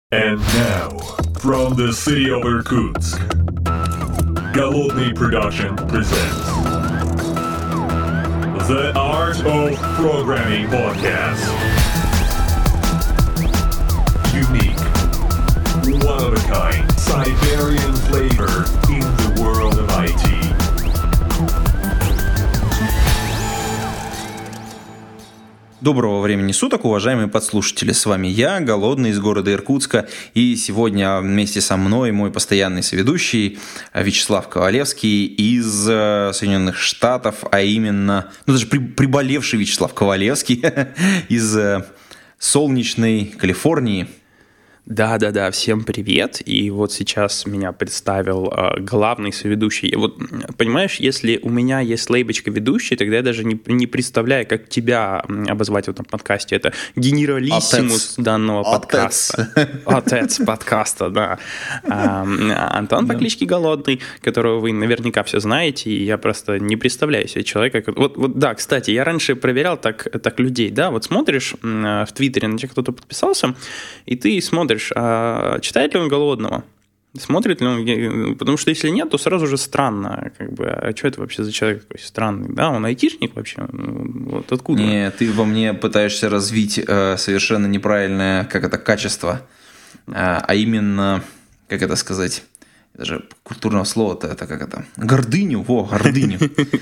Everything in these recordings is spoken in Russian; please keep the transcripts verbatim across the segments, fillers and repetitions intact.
And now, from the city of Irkutsk, Голодный Production presents The Art of Programming Podcast. Unique, one-of-a-kind, Siberian flavor in the world of ай ти. Доброго времени суток, уважаемые подслушатели. С вами я, Голодный, из города Иркутска. И сегодня вместе со мной мой постоянный соведущий Вячеслав Ковалевский из Соединенных Штатов, а именно, ну даже при, приболевший Вячеслав Ковалевский из солнечной Калифорнии. Да-да-да, всем привет. И вот сейчас меня представил э, главный соведущий. Вот, понимаешь, если у меня есть лейбочка ведущий, тогда я даже не, не представляю, как тебя обозвать в этом подкасте. Это генералиссимус данного подкаста. Отец подкаста, да. Антон по кличке Голодный, которого вы наверняка все знаете, и я просто не представляю себе человека. Вот, вот да, кстати, я раньше проверял так, так людей, да, вот смотришь в Твиттере, на тебя кто-то подписался, и ты смотришь, а читает ли он Голодного? Смотрит ли он? Потому что если нет, то сразу же странно. Как бы, а что это вообще за человек такой странный? Да, он айтишник вообще? Вот откуда? Не, ты во мне пытаешься развить э, совершенно неправильное, как это, качество. А, а именно, как это сказать, даже культурного слова-то, это как это, гордыню, во, гордыню.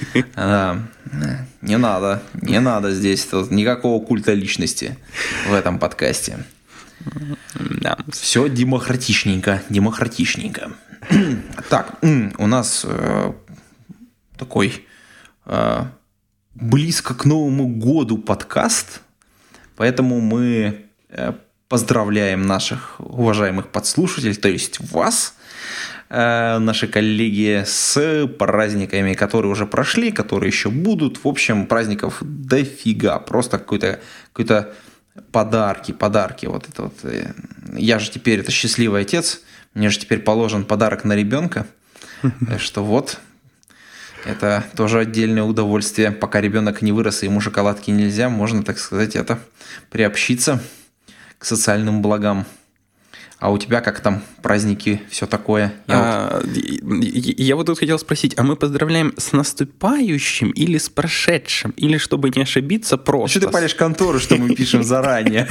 Не надо, не надо здесь никакого культа личности в этом подкасте. Да. Все демократичненько, демократичненько. Так, у нас э, такой э, близко к Новому году подкаст, поэтому мы э, поздравляем наших уважаемых подслушателей, то есть вас, э, наши коллеги, с праздниками, которые уже прошли, которые еще будут. В общем, праздников дофига, просто какой-то какой-то Подарки, подарки, вот это вот. Я же теперь это счастливый отец, мне же теперь положен подарок на ребенка, что вот, это тоже отдельное удовольствие. Пока ребенок не вырос и ему шоколадки нельзя, можно, так сказать, это приобщиться к социальным благам. А у тебя как там праздники, все такое? Я, а, вот... я вот тут хотел спросить, а мы поздравляем с наступающим или с прошедшим? Или, чтобы не ошибиться, просто? Что ты палишь контору, что мы пишем заранее?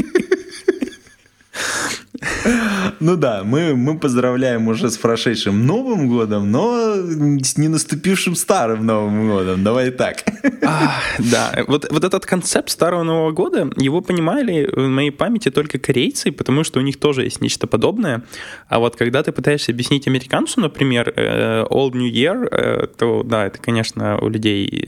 Ну да, мы, мы поздравляем уже с прошедшим Новым годом, но с не наступившим старым Новым годом. Давай так. А, да, вот, вот этот концепт Старого Нового года, его понимали в моей памяти только корейцы, потому что у них тоже есть нечто подобное. А вот когда ты пытаешься объяснить американцу, например, Old New Year, то да, это, конечно, у людей,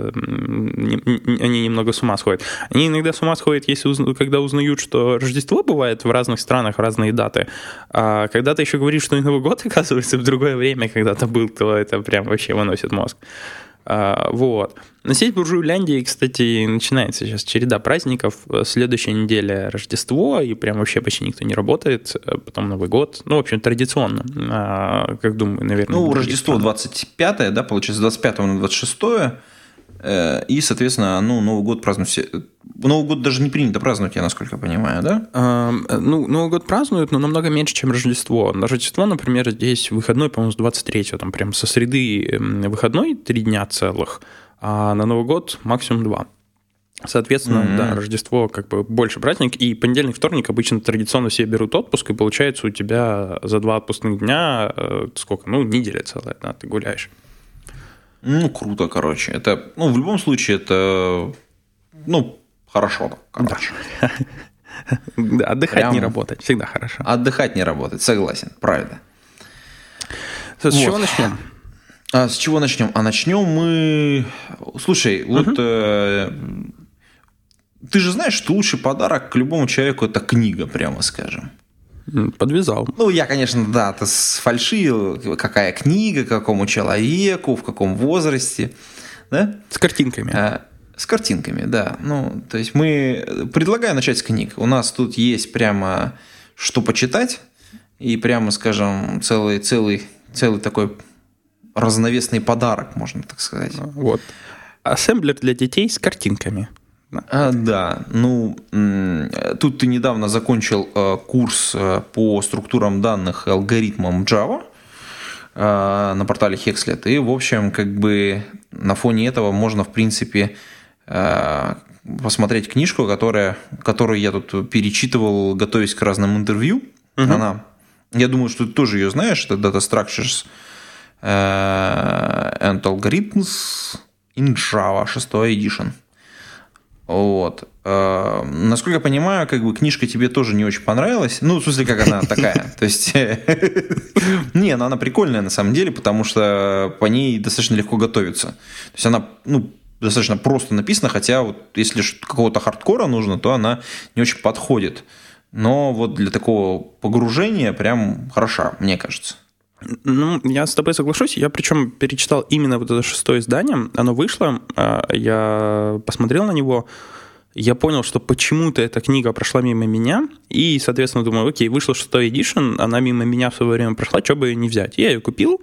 они немного с ума сходят. Они иногда с ума сходят, если, когда узнают, что Рождество бывает в разных странах, разные даты. А когда ты еще говоришь, что и Новый год, оказывается, в другое время когда-то был, то это прям вообще выносит мозг. А, вот. На сеть Буржуйляндии, кстати, начинается сейчас череда праздников. Следующая неделя Рождество, и прям вообще почти никто не работает. Потом Новый год. Ну, в общем, традиционно. А, как думаю, наверное... Ну, Рождество двадцать пятое, да, получается, двадцать пятого на двадцать шестое. И, соответственно, ну, Новый год празднуют все. Новый год даже не принято праздновать, я насколько понимаю, да? А, ну, Новый год празднуют, но намного меньше, чем Рождество. На Рождество, например, здесь выходной, по-моему, с двадцать третьего, там прям со среды выходной три дня целых, а на Новый год максимум два. Соответственно, mm-hmm. да, Рождество как бы больше праздник, и понедельник, вторник обычно традиционно все берут отпуск, и получается у тебя за два отпускных дня сколько? Ну, неделя целая, да, ты гуляешь. Ну, круто, короче. Это, ну, в любом случае, это, ну, хорошо, короче. Да, отдыхать, прям не работать, всегда хорошо. Отдыхать, не работать, согласен, правильно. С вот. чего начнем? А с чего начнем? А начнем мы... Слушай, вот uh-huh. э... ты же знаешь, что лучший подарок к любому человеку – это книга, прямо скажем. Подвязал. Ну, я, конечно, да, ты сфальшил, какая книга, какому человеку, в каком возрасте, да? С картинками. А, с картинками, да. Ну, то есть мы... Предлагаю начать с книг. У нас тут есть прямо что почитать, и прямо, скажем, целый, целый, целый такой разновесный подарок, можно так сказать. Вот. Ассемблер для детей с картинками. Да, а, да. Ну, тут ты недавно закончил курс по структурам данных и алгоритмам Java на портале Hexlet. И, в общем, как бы на фоне этого можно, в принципе, посмотреть книжку, которая, которую я тут перечитывал, готовясь к разным интервью. Uh-huh. Она, я думаю, что ты тоже ее знаешь. Это Data Structures and Algorithms in Java, шестой edition. Вот. Насколько я понимаю, как бы книжка тебе тоже не очень понравилась. Ну, в смысле, как она такая. То есть, не, она прикольная на самом деле, потому что по ней достаточно легко готовиться. То есть, она, ну, достаточно просто написана, хотя вот если какого-то хардкора нужно, то она не очень подходит. Но вот для такого погружения прям хороша, мне кажется. Ну, я с тобой соглашусь. Я причем перечитал именно вот это шестое издание. Оно вышло, я посмотрел на него, я понял, что почему-то эта книга прошла мимо меня, и, соответственно, думаю, окей, вышла шестой эдишн, она мимо меня в свое время прошла, что бы ее не взять. Я ее купил.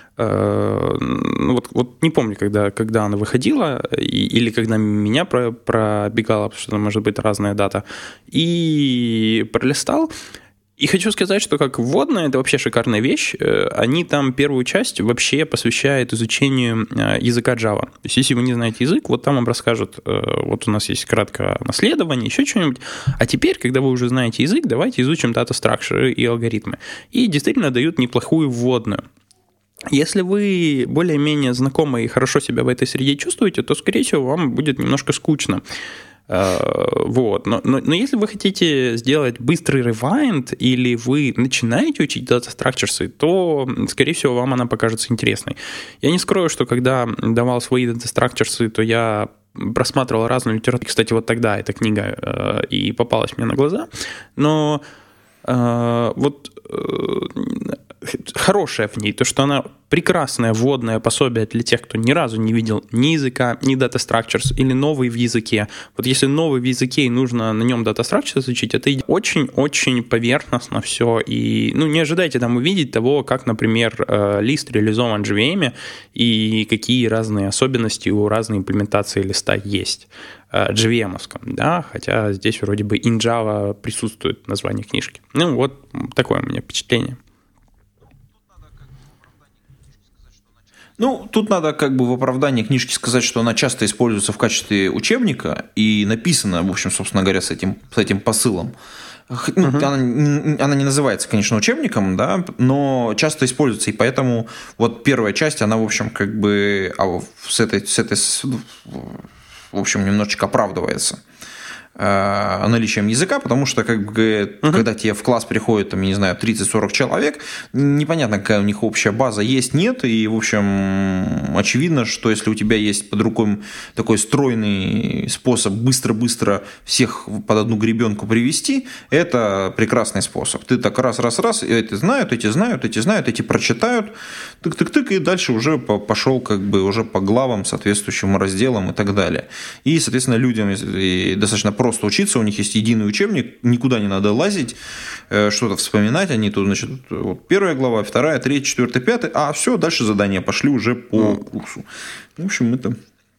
Вот, вот не помню, когда, когда она выходила, или когда меня пробегала, потому что это может быть разная дата, и пролистал. И хочу сказать, что как вводная, это вообще шикарная вещь. Они там первую часть вообще посвящают изучению языка Java. То есть, если вы не знаете язык, вот там вам расскажут, вот у нас есть краткое наследование, еще что-нибудь. А теперь, когда вы уже знаете язык, давайте изучим data structure и алгоритмы. И действительно дают неплохую вводную. Если вы более-менее знакомы и хорошо себя в этой среде чувствуете, то, скорее всего, вам будет немножко скучно. Вот. Но, но, но если вы хотите сделать быстрый ревайнд или вы начинаете учить data structures, то, скорее всего, вам она покажется интересной. Я не скрою, что когда давал свои data structures, то я просматривал разную литературу. Кстати, вот тогда эта книга э, и попалась мне на глаза. Но э, вот э, хорошее в ней, то, что она прекрасное вводное пособие для тех, кто ни разу не видел ни языка, ни data structures, или новый в языке. Вот если новый в языке и нужно на нем data structures учить, это очень-очень поверхностно все. И ну, не ожидайте там увидеть того, как, например, лист реализован в джей ви эм, и какие разные особенности у разной имплементации листа есть. джей ви эм-овском, да, хотя здесь вроде бы in Java присутствует название книжки. Ну, вот такое у меня впечатление. Ну, тут надо как бы в оправдании книжки сказать, что она часто используется в качестве учебника и написана, в общем, собственно говоря, с этим, с этим посылом. Ну, uh-huh. она, она не называется, конечно, учебником, да, но часто используется, и поэтому вот первая часть, она, в общем, как бы а с этой, с этой, в общем, немножечко оправдывается наличием языка, потому что как бы, uh-huh. когда тебе в класс приходит, там, я не знаю, тридцать-сорок человек, непонятно, какая у них общая база есть, нет, и, в общем, очевидно, что если у тебя есть под рукой такой стройный способ быстро-быстро всех под одну гребенку привести, это прекрасный способ. Ты так раз-раз-раз, эти знают, эти знают, эти знают, эти прочитают, тык-тык-тык, и дальше уже пошел как бы уже по главам, соответствующим разделам и так далее. И, соответственно, людям достаточно просто учиться, у них есть единый учебник, никуда не надо лазить, что-то вспоминать, они тут, значит, вот первая глава, вторая, третья, четвертая, пятая, а все, дальше задания пошли уже по mm. курсу. В общем, это,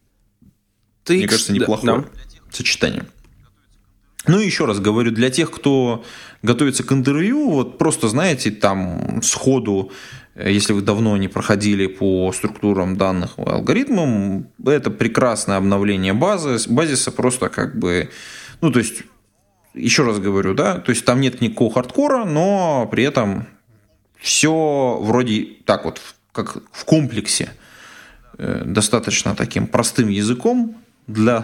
Ты мне кажется, неплохое да, да. сочетание. Ну и еще раз говорю, для тех, кто готовится к интервью, вот просто, знаете, там сходу, если вы давно не проходили по структурам данных и алгоритмам, это прекрасное обновление базы, базиса, просто как бы, ну, то есть, еще раз говорю, да, то есть там нет никакого хардкора, но при этом все вроде так вот, как в комплексе, достаточно таким простым языком для...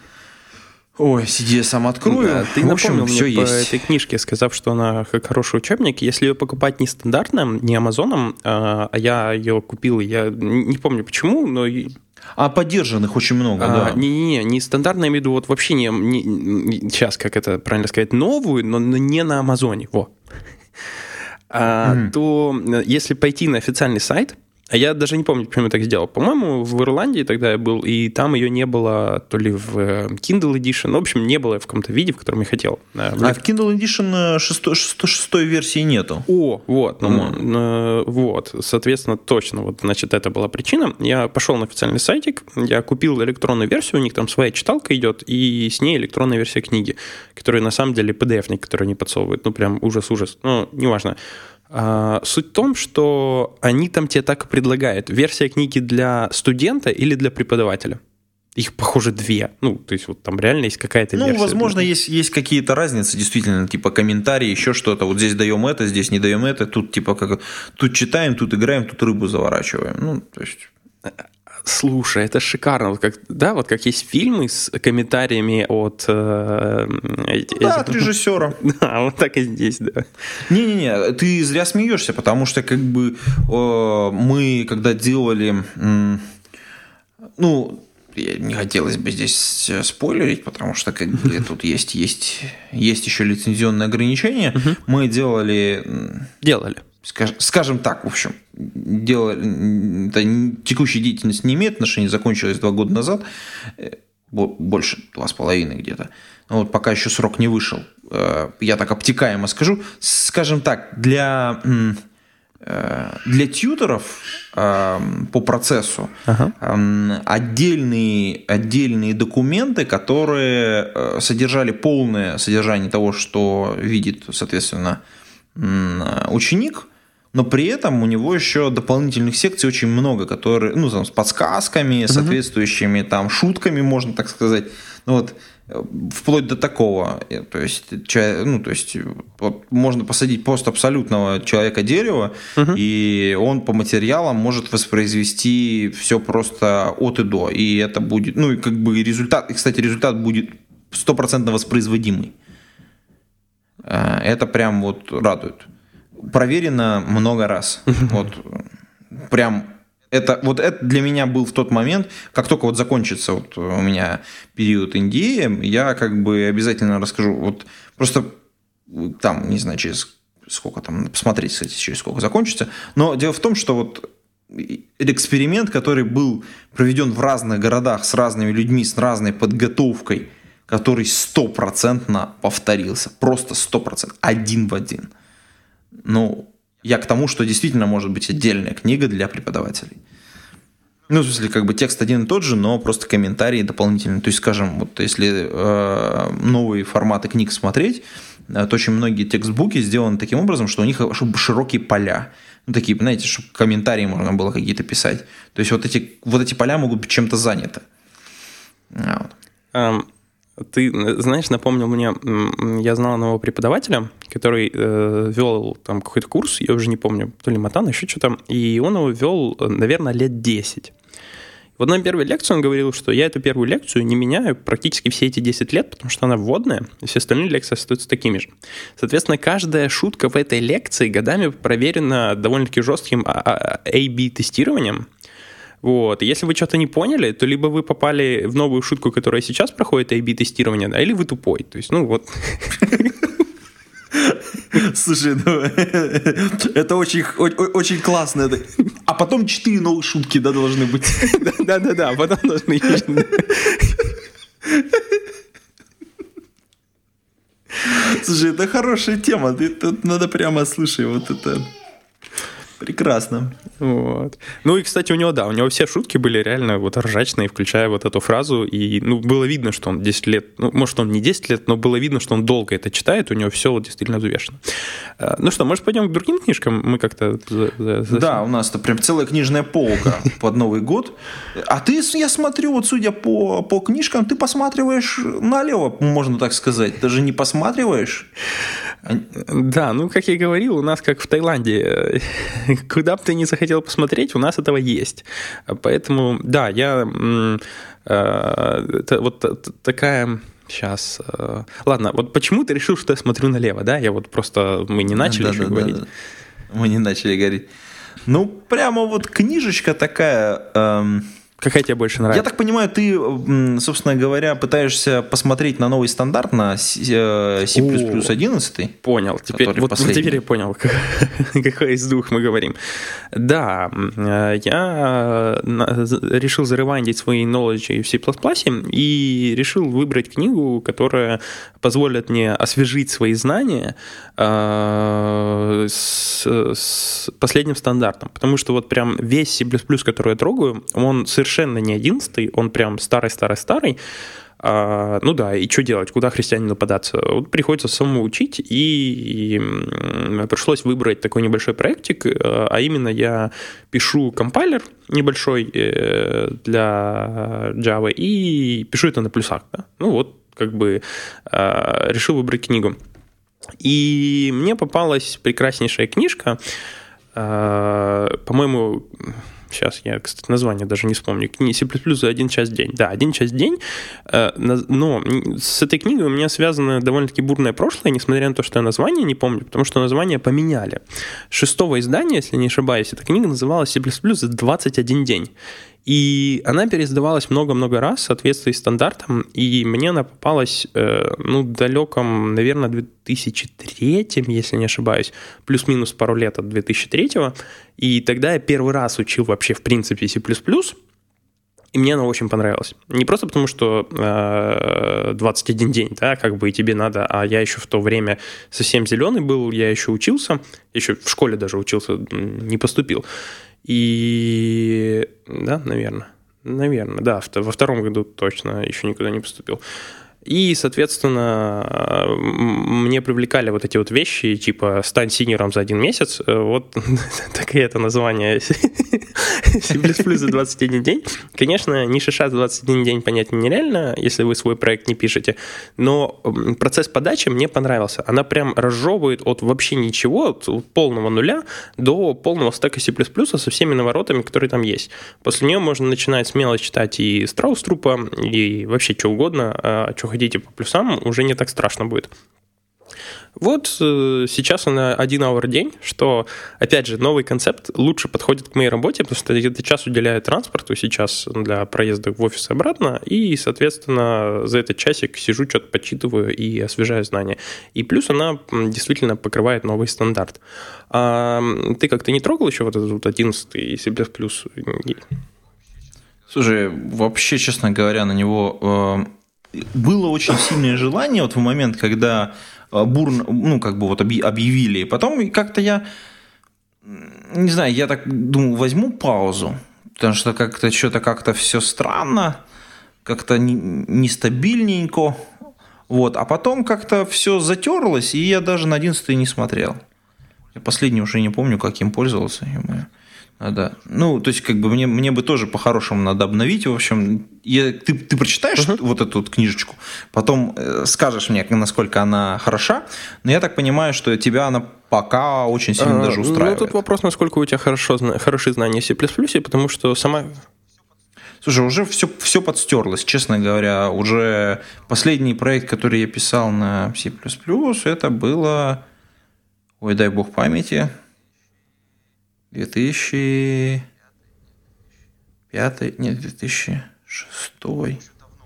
Ой, сиди, я сам открою. Да, ты в общем, напомнил все мне есть. по этой книжке, сказав, что она как хороший учебник. Если ее покупать не стандартным, не Амазоном, а я ее купил, я не помню почему, но... А поддержанных очень много, а, да. Не-не-не, не стандартно, я имею в виду, вот вообще не, не, не... Сейчас, как это правильно сказать, новую, но не на Амазоне, во. А, mm-hmm. То если пойти на официальный сайт, А я даже не помню, почему я так сделал. По-моему, в Ирландии тогда я был, и там ее не было то ли в Kindle Edition, в общем, не было в каком-то виде, в котором я хотел. А в Kindle Edition шестой, шестой, шестой версии нету. О, вот. Ну, вот. Соответственно, точно. Вот, значит, это была причина. Я пошел на официальный сайтик, я купил электронную версию, у них там своя читалка идет, и с ней электронная версия книги, которая на самом деле пи ди эф-ник, который они подсовывают. Ну, прям ужас-ужас. Ну, неважно. А, суть в том, что они там тебе так и предлагают. Версия книги для студента или для преподавателя. Их, похоже, две. Ну, то есть вот там реально есть какая-то ну, версия. Ну, возможно, для... есть, есть какие-то разницы, действительно, типа комментарии, еще что-то. Вот здесь даем это, здесь не даем это. Тут типа как тут читаем, тут играем, тут рыбу заворачиваем. Ну, то есть... Слушай, это шикарно. Вот как, да, вот как есть фильмы с комментариями от... Э, да, от режиссера. Да, вот так и здесь, да. Не-не-не, ты зря смеешься, потому что как бы э, мы, когда делали... Э, ну, не хотелось бы здесь спойлерить, потому что как бы тут есть, есть, есть еще лицензионные ограничения. Угу. Мы делали... Делали. Скажем так, в общем, делали, это текущая деятельность не имеет отношения, закончилась два года назад, больше, два с половиной где-то. Вот пока еще срок не вышел. Я так обтекаемо скажу. Скажем так, для, для тьюторов по процессу ага. отдельные, отдельные документы, которые содержали полное содержание того, что видит, соответственно, ученик, но при этом у него еще дополнительных секций очень много, которые, ну, там, с подсказками, соответствующими там шутками, можно так сказать, ну, вот, вплоть до такого, то есть, ну, то есть, вот, можно посадить просто абсолютного человека дерева, uh-huh. и он по материалам может воспроизвести все просто от и до, и это будет, ну, и как бы результат, и, кстати, результат будет стопроцентно воспроизводимый. Это прям вот радует. Проверено много раз. Вот прям это вот это для меня был в тот момент, как только вот закончится вот у меня период эн ди эй, я как бы обязательно расскажу. Вот просто там, не знаю, через сколько там, посмотреть, кстати, через сколько закончится. Но дело в том, что вот эксперимент, который был проведен в разных городах с разными людьми, с разной подготовкой, который стопроцентно повторился. Просто сто процентов. Один в один. Ну, я к тому, что действительно может быть отдельная книга для преподавателей. Ну, в смысле, как бы текст один и тот же, но просто комментарии дополнительные. То есть, скажем, вот если э, новые форматы книг смотреть, э, то очень многие текстбуки сделаны таким образом, что у них широкие поля. Ну, такие, знаете, чтобы комментарии можно было какие-то писать. То есть, вот эти, вот эти поля могут быть чем-то заняты. Вот. Um... Ты, знаешь, напомнил мне, я знал одного преподавателя, который э, вел там какой-то курс, я уже не помню, то ли Матан, еще что-то, и он его вел, наверное, лет десять. Вот на первой лекции он говорил, что я эту первую лекцию не меняю практически все эти десять лет, потому что она вводная, и все остальные лекции остаются такими же. Соответственно, каждая шутка в этой лекции годами проверена довольно-таки жестким эй би-тестированием. Вот. И если вы что-то не поняли, то либо вы попали в новую шутку, которая сейчас проходит эй би-тестирование, да, или вы тупой. То есть, ну вот. Слушай, ну, это очень, очень классно. А потом четыре новые шутки, да, должны быть. Да-да-да, потом должны... Слушай, это хорошая тема. Тут надо прямо, слушай, вот это... Прекрасно. Вот. Ну и, кстати, у него, да, у него все шутки были реально вот ржачные, включая вот эту фразу, и, ну, было видно, что он десять лет, ну, может, он не десять лет, но было видно, что он долго это читает, у него все вот действительно взвешено. Ну что, может, пойдем к другим книжкам? Мы как-то... Да, у нас-то прям целая книжная полка под Новый год. А ты, я смотрю, вот судя по, по книжкам, ты посматриваешь налево, можно так сказать. Ты же не посматриваешь? Да, ну, как я и говорил, у нас как в Таиланде, куда бы ты ни захотел посмотреть, у нас этого есть. Поэтому, да, я э, вот такая... Сейчас. Э, ладно, вот почему ты решил, что я смотрю налево, да? Я вот просто... Мы не начали да, еще да, говорить. Да, да. Мы не начали говорить. Ну, прямо вот книжечка такая... Эм, Какая тебе больше нравится? Я так понимаю, ты, собственно говоря, пытаешься посмотреть на новый стандарт, на C++ одиннадцать? Понял. Теперь, вот, вот теперь я понял, какой из двух мы говорим. Да, я решил заревайндить свои knowledge в C++ и решил выбрать книгу, которая позволит мне освежить свои знания с, с последним стандартом. Потому что вот прям весь C++, который я трогаю, он совершенно не одиннадцатый, он прям старый-старый-старый. А, ну да, и что делать, куда христианину податься? Вот приходится самому учить, и, и пришлось выбрать такой небольшой проектик, а именно я пишу компайлер небольшой для Java и пишу это на плюсах. Да? Ну вот, как бы решил выбрать книгу. И мне попалась прекраснейшая книжка, по-моему... Сейчас я, кстати, название даже не вспомню. C++ за один час в день. Да, один час в день. Но с этой книгой у меня связано довольно-таки бурное прошлое, несмотря на то, что я название не помню, потому что название поменяли. Шестого издания, если не ошибаюсь, эта книга называлась C++ за двадцать один день. И она переиздавалась много-много раз в соответствии с стандартом, и мне она попалась, э, ну, в далеком, наверное, две тысячи третьем, если не ошибаюсь, плюс-минус пару лет от две тысячи третьего, и тогда я первый раз учил вообще, в принципе, C++, и мне она очень понравилась. Не просто потому, что э, двадцать один день, да, как бы и тебе надо, а я еще в то время совсем зеленый был, я еще учился, еще в школе даже учился, не поступил. И да, наверное, наверное, да, во втором году точно еще никуда не поступил. И, соответственно, мне привлекали вот эти вот вещи, типа «стань синьором за один месяц». Вот такое это название C++ за двадцать один день. Конечно, ни шиша за двадцать один день понять нереально, если вы свой проект не пишете, но процесс подачи мне понравился. Она прям разжевывает от вообще ничего, от полного нуля до полного стека C++ со всеми наворотами, которые там есть. После нее можно начинать смело читать и Страуструпа, и вообще что угодно, что хотите по плюсам, уже не так страшно будет. Вот э, сейчас она один hour в день, что, опять же, новый концепт лучше подходит к моей работе, потому что этот час уделяю транспорту сейчас для проезда в офис и обратно, и, соответственно, за этот часик сижу, что-то подсчитываю и освежаю знания. И плюс она действительно покрывает новый стандарт. А ты как-то не трогал еще вот этот вот одиннадцатый C++? Слушай, вообще, честно говоря, на него... Э... Было очень сильное желание вот в момент, когда бурно, ну, как бы вот объявили. Потом как-то я, не знаю, я так думаю, возьму паузу, потому что как-то что-то как-то все странно, как-то нестабильненько. Вот. А потом как-то все затерлось, и я даже на одиннадцатый не смотрел. Я последний уже не помню, как им пользовался. Надо. Ну, то есть, как бы мне, мне бы тоже по-хорошему надо обновить. В общем, я, ты, ты прочитаешь uh-huh. вот эту вот книжечку, потом э, скажешь мне, насколько она хороша. Но я так понимаю, что тебя она пока очень сильно а, даже устраивает. Ну, тут вопрос, насколько у тебя хорошо, хорошие знания C++, потому что сама... Слушай, уже все, все подстерлось, честно говоря. Уже последний проект, который я писал на C++, это было... Ой, дай бог памяти... две тысячи пятый, нет, две тысячи шестой.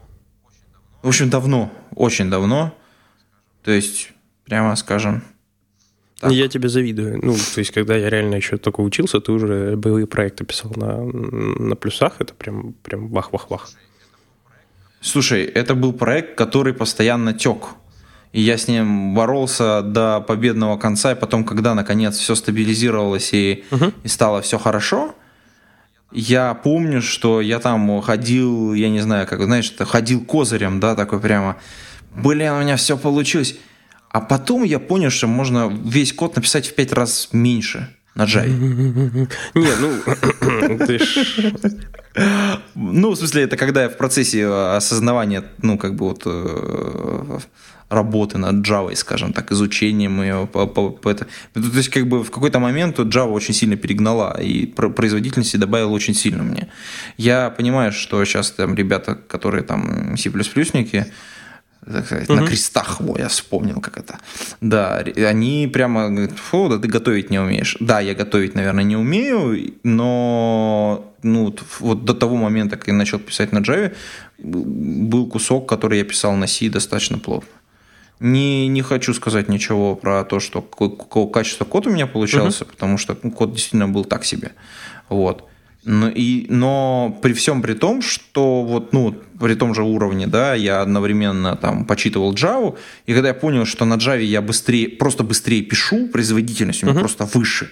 В общем, давно, очень давно. То есть, прямо скажем... Так. Я тебе завидую. Ну, то есть, когда я реально еще только учился, ты уже боевые проекты писал на, на плюсах. Это прям, прям вах-вах-вах. Слушай, это был проект, который постоянно тек. И я с ним боролся до победного конца, и потом, когда наконец все стабилизировалось и, uh-huh. и стало все хорошо, я помню, что я там ходил, я не знаю, как, знаешь, ходил козырем, да, такой прямо, блин, у меня все получилось. А потом я понял, что можно весь код написать в пять раз меньше на Java. Не, ну, ты ж... Ну, в смысле, это когда я в процессе осознавания, ну, как бы вот... работы над Java, скажем так, изучением ее. По, по, по это. То есть, как бы в какой-то момент Java очень сильно перегнала и производительности добавила очень сильно мне. Я понимаю, что сейчас там ребята, которые там C++-ники, так сказать, угу. на крестах, о, я вспомнил, как это. Да, они прямо говорят, фу, да ты готовить не умеешь. Да, я готовить, наверное, не умею, но ну, вот до того момента, как я начал писать на Java, был кусок, который я писал на C достаточно плотно. Не, не хочу сказать ничего про то, что какого качества код у меня получался, uh-huh. потому что ну, код действительно был так себе. Вот. Но, и, но при всем при том, что вот, ну, при том же уровне, да, я одновременно там почитывал Java, и когда я понял, что на Java я быстрее, просто быстрее пишу, производительность у меня uh-huh. просто выше,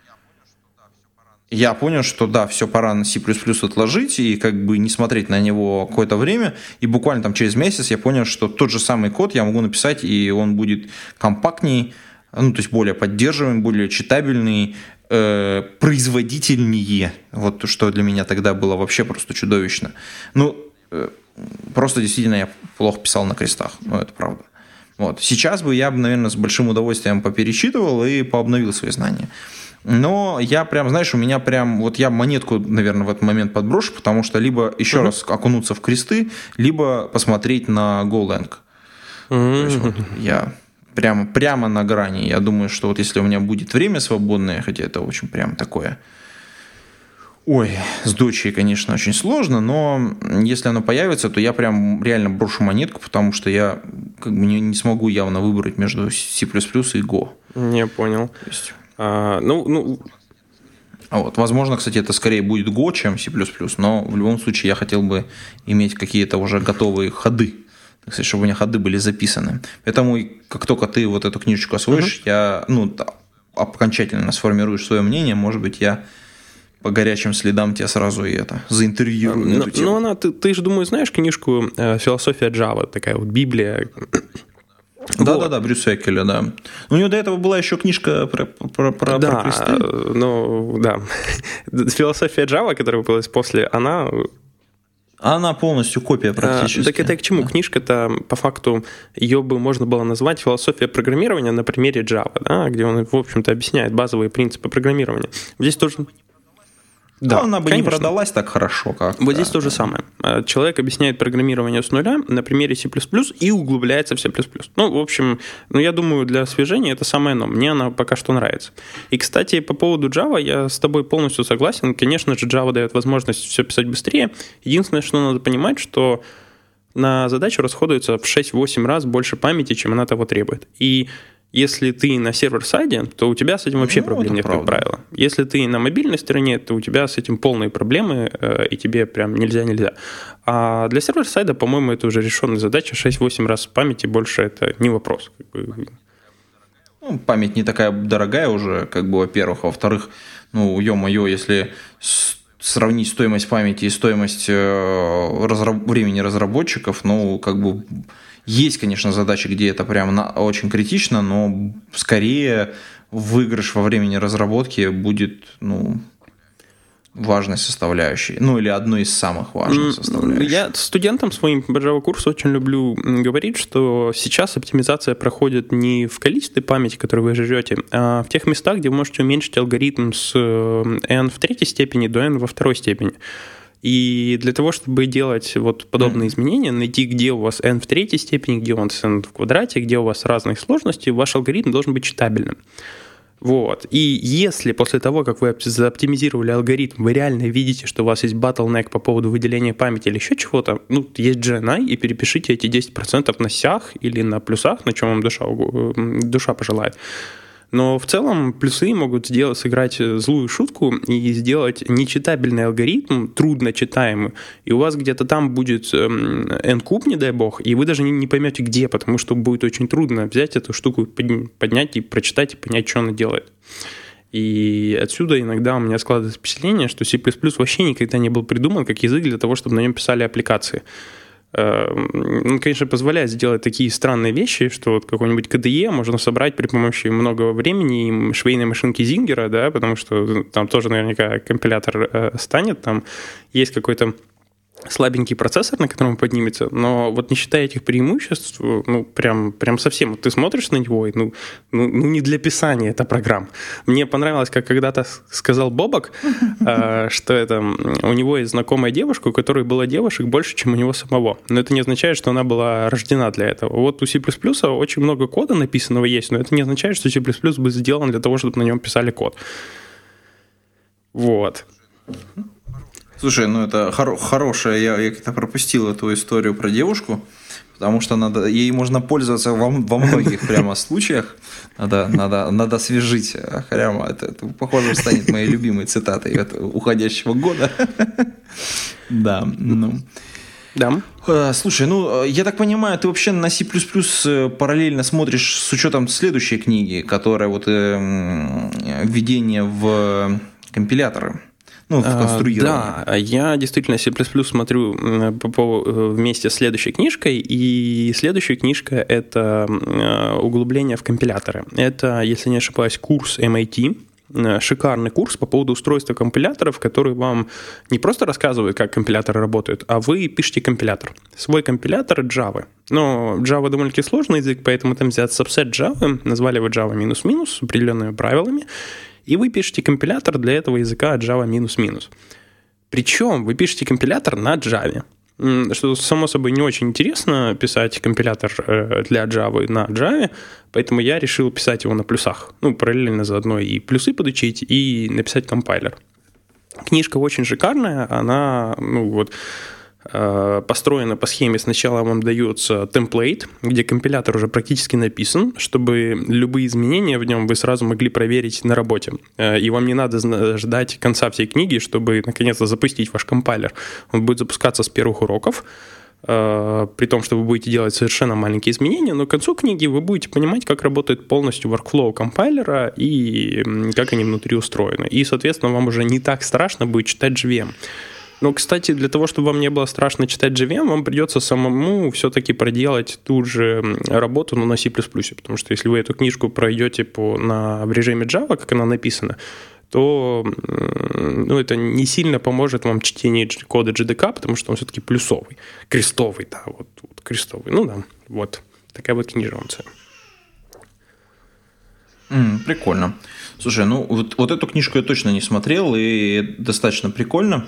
я понял, что да, все, пора на C++ отложить и как бы не смотреть на него какое-то время. И буквально там через месяц я понял, что тот же самый код я могу написать, и он будет компактней, ну, то есть более поддерживаемый, более читабельный, э, производительнее. Вот что для меня тогда было вообще просто чудовищно. Ну, э, просто действительно я плохо писал на крестах, ну, это правда. Вот. Сейчас бы я, наверное, с большим удовольствием поперечитывал и пообновил свои знания. Но я прям, знаешь, у меня прям, вот я монетку, наверное, в этот момент подброшу, потому что либо еще uh-huh. раз окунуться в кресты, либо посмотреть на GoLang. Uh-huh. То есть вот я прямо, прямо на грани. Я думаю, что вот если у меня будет время свободное, хотя это очень прям такое... Ой, с дочей, конечно, очень сложно, но если оно появится, то я прям реально брошу монетку, потому что я как бы не, не смогу явно выбрать между C++ и Go. Не понял. То есть... А, ну, ну... Вот. Возможно, кстати, это скорее будет Go, чем C++, но в любом случае я хотел бы иметь какие-то уже готовые ходы, так сказать, чтобы у меня ходы были записаны. Поэтому как только ты вот эту книжечку освоишь, uh-huh. я, ну, окончательно сформируешь свое мнение, может быть, я по горячим следам тебя сразу и это заинтервьюирую на эту тему. Ну, она, ты, ты же, думаю, знаешь книжку «Философия Java», такая вот Библия. Да-да-да, вот. Брюса Экеля, да. У него до этого была еще книжка про, про, про, да, про кресты. Ну, да. Философия Java, которая появилась после, она... Она полностью копия практически. А, так это к чему? Да. Книжка-то, по факту, ее бы можно было назвать «Философия программирования» на примере Java, да, где он, в общем-то, объясняет базовые принципы программирования. Здесь тоже... Да, но она бы конечно. не продалась так хорошо, как... Вот здесь то же самое. Человек объясняет программирование с нуля на примере C++ и углубляется в C++. Ну, в общем, ну, я думаю, для освежения это самое оно. Мне она пока что нравится. И, кстати, по поводу Java я с тобой полностью согласен. Конечно же, Java дает возможность все писать быстрее. Единственное, что надо понимать, что на задачу расходуется в шесть-восемь раз больше памяти, чем она того требует. И если ты на сервер-сайде, то у тебя с этим вообще ну, проблем нет, правда. Как правило. Если ты на мобильной стороне, то у тебя с этим полные проблемы, и тебе прям нельзя-нельзя. А для сервер-сайда, по-моему, это уже решенная задача. шесть-восемь раз памяти больше это не вопрос. Ну, память не такая дорогая уже, как бы, во-первых. А во-вторых, ну, ё-моё, если сравнить стоимость памяти и стоимость разраб- времени разработчиков, ну, как бы... Есть, конечно, задачи, где это прям на, очень критично, но скорее выигрыш во времени разработки будет, ну, важной составляющей. Ну, или одной из самых важных составляющих. Я студентам своим по Java-курсу очень люблю говорить, что сейчас оптимизация проходит не в количестве памяти, которую вы жрете, а в тех местах, где вы можете уменьшить алгоритм с n в третьей степени до n во второй степени. И для того, чтобы делать вот подобные mm-hmm. изменения, найти, где у вас n в третьей степени, где у вас n в квадрате, где у вас разные сложности, ваш алгоритм должен быть читабельным. Вот. И если после того, как вы заоптимизировали алгоритм, вы реально видите, что у вас есть bottleneck по поводу выделения памяти или еще чего-то, ну, есть джи эн ай, и перепишите эти десять процентов на сях или на плюсах, на чем вам душа, душа пожелает. Но в целом плюсы могут сделать, сыграть злую шутку и сделать нечитабельный алгоритм, трудно читаемый, и у вас где-то там будет n-куб, не дай бог, и вы даже не, не поймете где, потому что будет очень трудно взять эту штуку, поднять и прочитать, и понять, что она делает. И отсюда иногда у меня складывается впечатление, что C++ вообще никогда не был придуман как язык для того, чтобы на нем писали аппликации. Он, конечно, позволяет сделать такие странные вещи, что вот какой-нибудь кей ди и можно собрать при помощи много времени и швейной машинки Зингера, да, потому что там тоже наверняка компилятор станет, там есть какой-то слабенький процессор, на котором поднимется, но вот не считая этих преимуществ, ну, прям, прям совсем, вот ты смотришь на него, и, ну, ну, ну, не для писания это программ. Мне понравилось, как когда-то сказал Бобок, что это у него есть знакомая девушка, у которой было девушек больше, чем у него самого. Но это не означает, что она была рождена для этого. Вот у C++ очень много кода написанного есть, но это не означает, что C++ был сделан для того, чтобы на нем писали код. Вот. Слушай, ну это хоро- хорошая, я, я как-то пропустил эту историю про девушку, потому что надо, ей можно пользоваться во, во многих прямо случаях. Надо, надо, надо освежить. Прямо это, это, похоже, станет моей любимой цитатой уходящего года. Да, ну... Да. Слушай, ну, я так понимаю, ты вообще на C++ параллельно смотришь с учетом следующей книги, которая вот э, введение в компиляторы, ну, в конструирование. Да, я действительно C++ смотрю по, по, вместе с следующей книжкой, и следующая книжка – это углубление в компиляторы. Это, если не ошибаюсь, курс эм ай ти. Шикарный курс по поводу устройства компиляторов, который вам не просто рассказывает, как компиляторы работают, а вы пишете компилятор. Свой компилятор Java. Но Java довольно-таки сложный язык, поэтому там взят subset Java, назвали его Java минус-минус с определенными правилами, и вы пишете компилятор для этого языка Java минус-минус. Причем вы пишете компилятор на Java. Что, само собой, не очень интересно писать компилятор для Java на Java, поэтому я решил писать его на плюсах. Ну, параллельно заодно и плюсы подучить, и написать компайлер. Книжка очень шикарная, она, ну, вот, построена по схеме. Сначала вам дается темплейт, где компилятор уже практически написан, чтобы любые изменения в нем вы сразу могли проверить на работе. И вам не надо ждать конца всей книги, чтобы наконец-то запустить ваш компайлер. Он будет запускаться с первых уроков, при том, что вы будете делать совершенно маленькие изменения, но к концу книги вы будете понимать, как работает полностью workflow компайлера и как они внутри устроены. И, соответственно, вам уже не так страшно будет читать джей ви эм. Но, кстати, для того, чтобы вам не было страшно читать джей ви эм, вам придется самому все-таки проделать ту же работу, но на C++. Потому что если вы эту книжку пройдете по, на, в режиме Java, как она написана, то ну, это не сильно поможет вам в чтении кода джей ди кей, потому что он все-таки плюсовый, крестовый, да, вот, вот крестовый. Ну да, вот такая вот книжонция. Mm, прикольно. Слушай, ну вот, вот эту книжку я точно не смотрел, и достаточно прикольно.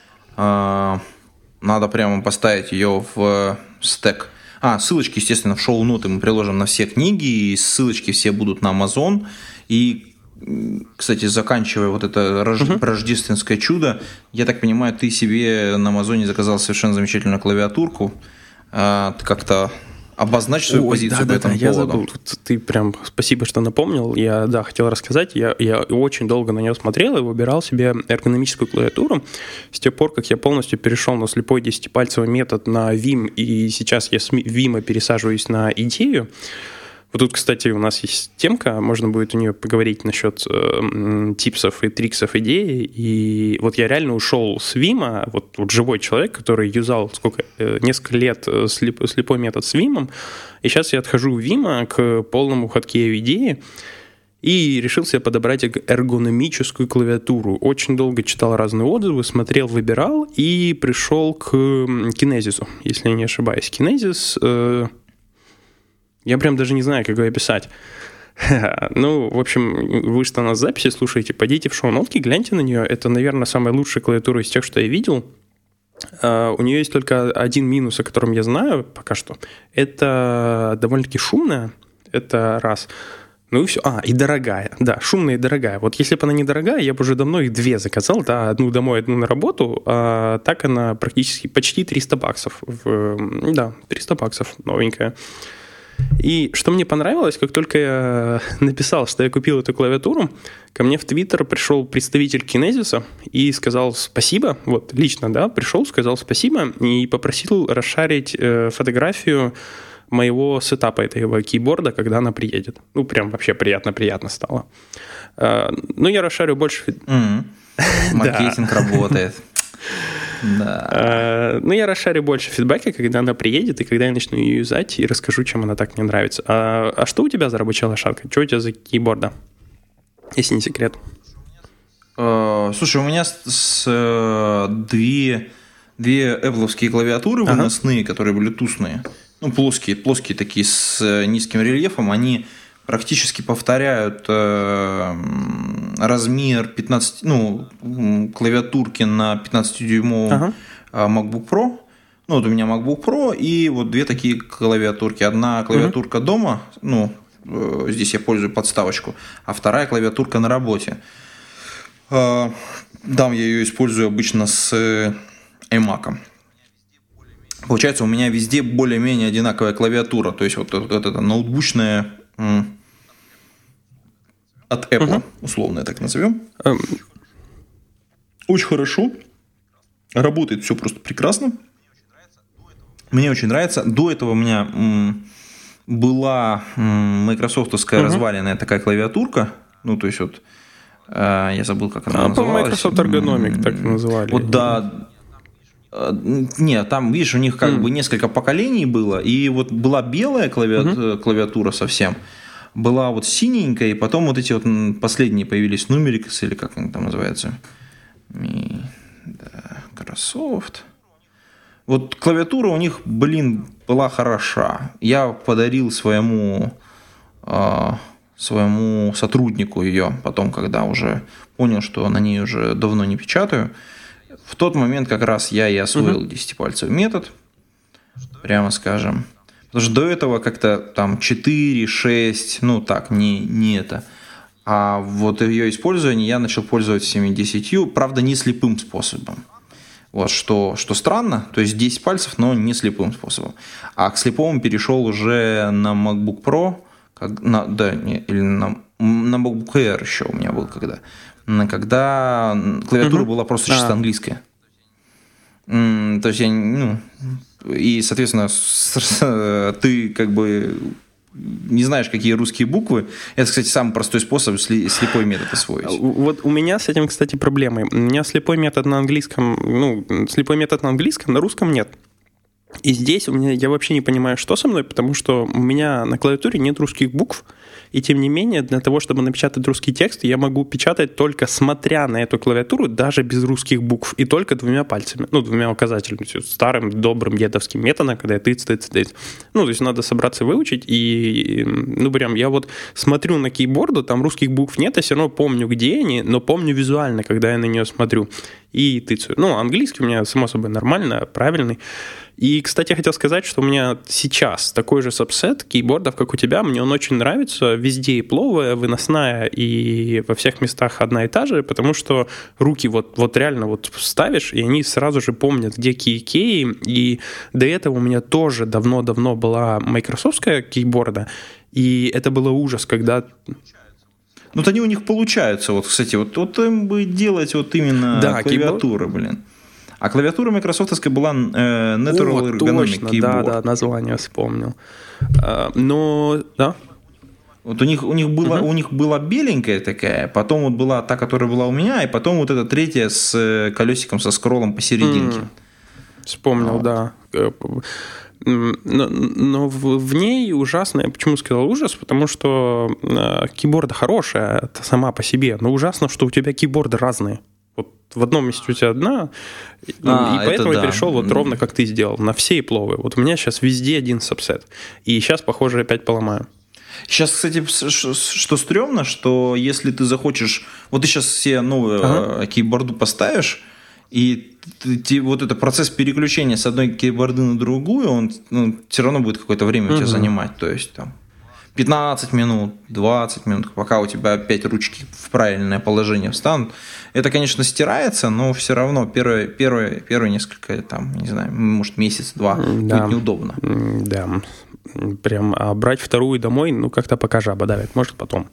Надо прямо поставить ее в стек. А, ссылочки, естественно, в шоу-ноты мы приложим на все книги, и ссылочки все будут на Amazon. И, кстати, заканчивая вот это рож... uh-huh. рождественское чудо, я так понимаю, ты себе на Амазоне заказал совершенно замечательную клавиатурку. Ты как-то обозначь свою Ой, позицию да, по этому да, поводу. Я забыл. Ты прям спасибо, что напомнил. Я, да, хотел рассказать. Я, я очень долго на нее смотрел и выбирал себе эргономическую клавиатуру. С тех пор, как я полностью перешел на слепой десятипальцевый метод на Vim, и сейчас я с Vim пересаживаюсь на идею. Вот тут, кстати, у нас есть темка, можно будет у нее поговорить насчет э, типсов и триксов идеи. И вот я реально ушел с Vim, вот, вот живой человек, который юзал сколько, э, несколько лет слеп, слепой метод с Vim, и сейчас я отхожу в Vim к полному хоккею идеи и решил себе подобрать эргономическую клавиатуру. Очень долго читал разные отзывы, смотрел, выбирал и пришел к Kinesis, если я не ошибаюсь. Kinesis... Э, Я прям даже не знаю, как ее описать. Ну, в общем, вы что на записи слушаете, пойдите в шоу-нотки, гляньте на нее. Это, наверное, самая лучшая клавиатура из тех, что я видел. Uh, у нее есть только один минус, о котором я знаю пока что. Это довольно-таки шумная. Это раз. Ну и все. А, и дорогая. Да, шумная и дорогая. Вот если бы она не дорогая, я бы уже давно их две заказал. Да, одну домой, одну на работу. А так она практически почти триста баксов. В, да, триста баксов новенькая. И что мне понравилось, как только я написал, что я купил эту клавиатуру, ко мне в Твиттер пришел представитель Kinesis и сказал спасибо, вот лично, да, пришел, сказал спасибо и попросил расшарить э, фотографию моего сетапа этого кейборда, когда она приедет. Ну, прям вообще приятно-приятно стало. Э, ну, я расшарю больше... Mm-hmm. Маркетинг работает. Да. А, ну, я расшарю больше фидбэка, когда она приедет, и когда я начну ее юзать, и расскажу, чем она так мне нравится. А, а что у тебя за рабочая лошадка? Что у тебя за кейборда? Если не секрет. Uh, слушай, у меня с, с, две, две Apple-овские клавиатуры ага. выносные, которые блютусные. Ну, плоские, плоские такие, с низким рельефом. Они практически повторяют э, размер пятнадцать, ну, клавиатурки на пятнадцатидюймовом ага. MacBook Pro. Ну, вот у меня MacBook Pro и вот две такие клавиатурки. Одна клавиатурка ага. дома, ну, э, здесь я пользую подставочку, а вторая клавиатурка на работе. Там я ее использую обычно с iMac. Получается, у меня везде более-менее одинаковая клавиатура. То есть, вот, вот, вот эта ноутбучная от Apple, угу. условно я так назовем. Um. Очень хорошо. Работает все просто прекрасно. Мне очень нравится. До этого у меня м, была м, майкрософтовская uh-huh. разваленная такая клавиатурка. Ну, то есть, вот э, я забыл, как она а, называлась. Microsoft Ergonomic так называли. Вот, да. Нет, там, видишь, у них как mm. бы несколько поколений было. И вот была белая клавиатура, uh-huh. клавиатура совсем. Была вот синенькая. И потом вот эти вот последние появились Numerix, или как они там называются. Microsoft. Вот клавиатура у них, блин, была хороша. Я подарил своему, э, своему сотруднику ее потом, когда уже понял, что на ней уже давно не печатаю. В тот момент как раз я и освоил десятипальцевый метод, прямо скажем. Потому что до этого как-то там четыре, шесть, ну так, не, не это. А вот ее использование я начал пользоваться всеми десятью, правда, не слепым способом. Вот, что, что странно, то есть десять пальцев, но не слепым способом. А к слепому перешел уже на MacBook Pro, как, на, да, не, или на, на MacBook Air еще у меня был, когда, когда клавиатура uh-huh. была просто чисто а. английская. То есть я, ну, и, соответственно, ты как бы не знаешь, какие русские буквы. Это, кстати, самый простой способ слепой метод освоить. Вот у меня с этим, кстати, проблемы. У меня слепой метод на английском, ну, слепой метод на английском, на русском нет. И здесь у меня, я вообще не понимаю, что со мной, потому что у меня на клавиатуре нет русских букв, и тем не менее, для того, чтобы напечатать русский текст, я могу печатать только смотря на эту клавиатуру, даже без русских букв, и только двумя пальцами, ну, двумя указателями, старым добрым дедовским методом, когда я тыц, тыц, тыц. Ну, то есть надо собраться выучить, и, ну, прям, я вот смотрю на кейборду, там русских букв нет, я все равно помню, где они, но помню визуально, когда я на нее смотрю, и тыцаю. Ну, английский у меня, само собой, нормально, правильный. И, кстати, я хотел сказать, что у меня сейчас такой же сабсет кейбордов, как у тебя. Мне он очень нравится. Везде и пловая, выносная, и во всех местах одна и та же, потому что руки вот, вот реально вот ставишь, и они сразу же помнят, где кей-кей. И до этого у меня тоже давно-давно была майкрософтская кейборда, и это было ужас, когда... Ну, вот они у них получаются. Вот, кстати, вот, вот им бы делать вот именно да, клавиатуры, кейборд... блин. А клавиатура майкрософтовская была э, Natural Ergonomic точно, Keyboard. Да, да, название вспомнил. А, но, да. Вот у них, у, них была, uh-huh. у них была беленькая такая, потом вот была та, которая была у меня, и потом вот эта третья с колесиком, со скроллом посерединке. Mm. Вспомнил, вот. Да. Но, но в, в ней ужасно, я почему сказал ужас, потому что э, кейборда хорошая сама по себе, но ужасно, что у тебя кейборды разные. Вот в одном месте у тебя одна, а, и поэтому я да. перешел вот ровно как ты сделал, на все и пловые. Вот у меня сейчас везде один сабсет, и сейчас, похоже, опять поломаю. Сейчас, кстати, что стрёмно, что если ты захочешь... Вот ты сейчас все новые ага. кейборды поставишь, и ты, вот этот процесс переключения с одной кейборды на другую, он ну, все равно будет какое-то время у тебя угу. занимать. То есть там пятнадцать минут, двадцать минут, пока у тебя опять ручки в правильное положение встанут. Это, конечно, стирается, но все равно первые, первые, первые несколько, там, не знаю, может, месяц-два да. будет неудобно. Да, прям а брать вторую домой, ну, как-то пока жаба давит, может, потом.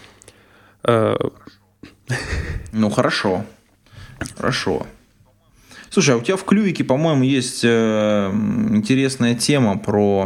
Ну, хорошо. Хорошо. Слушай, а у тебя в Клювике, по-моему, есть э, интересная тема про,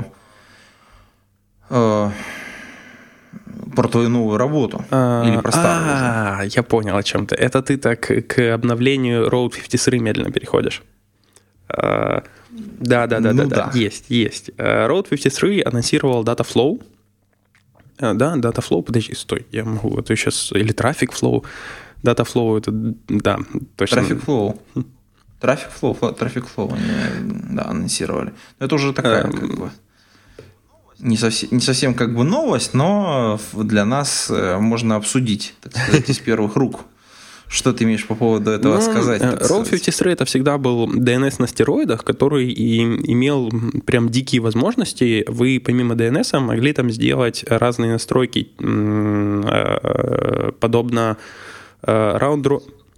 э, про твою новую работу. А, или про старую а, уже. Я понял о чем ты. Это ты так к обновлению Road пятьдесят три медленно переходишь. А, да, да, да, ну, да, да, есть, есть. Road пятьдесят три анонсировал Dataflow. А, да, Dataflow, подожди, стой, я могу, это сейчас, или Traffic Flow. Dataflow, это, да, точно. Traffic Flow. Traffic Flow, Traffic Flow они, да, анонсировали. Это уже такая, как бы, не совсем, не совсем как бы новость, но для нас можно обсудить, так сказать, из первых рук. Что ты имеешь по поводу этого ну, сказать? Road пятьдесят три это всегда был ди эн эс на стероидах, который и имел прям дикие возможности. Вы помимо ди эн эс могли там сделать разные настройки, подобно раунд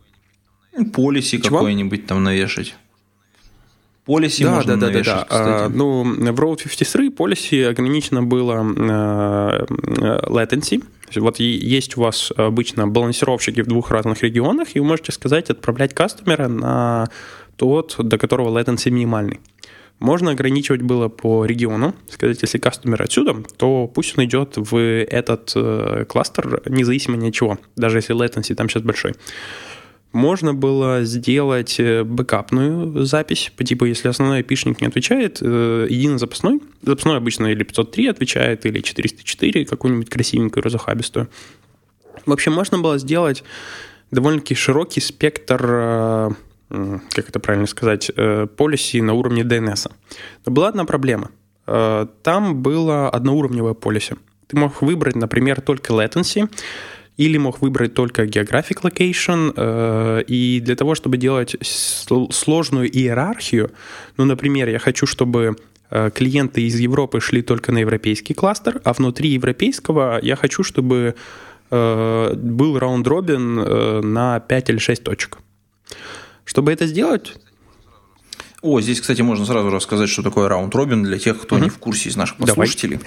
Полиси какой-нибудь там навешать. Policy да, можно да, навешать, да, да, кстати. А, ну, в Route пятьдесят три policy ограничено было э, latency. Вот есть у вас обычно балансировщики в двух разных регионах, и вы можете сказать, отправлять кастомера на тот, до которого latency минимальный. Можно ограничивать было по региону, сказать, если кастомер отсюда, то пусть он идет в этот э, кластер, независимо ни от чего, даже если latency там сейчас большой. Можно было сделать бэкапную запись, по типу, если основной айпишник не отвечает, единый запасной, запасной обычно или пятьсот три отвечает, или четыреста четыре, какую-нибудь красивенькую разухабистую. В общем, можно было сделать довольно-таки широкий спектр, как это правильно сказать, policy на уровне ди эн эс. Но была одна проблема. Там было одноуровневое policy. Ты мог выбрать, например, только latency, или мог выбрать только geographic location, э, и для того, чтобы делать сложную иерархию, ну, например, я хочу, чтобы э, клиенты из Европы шли только на европейский кластер, а внутри европейского я хочу, чтобы э, был раунд-робин э, на пять или шесть точек. Чтобы это сделать... О, здесь, кстати, можно сразу рассказать, что такое раунд-робин для тех, кто угу. не в курсе из наших послушателей.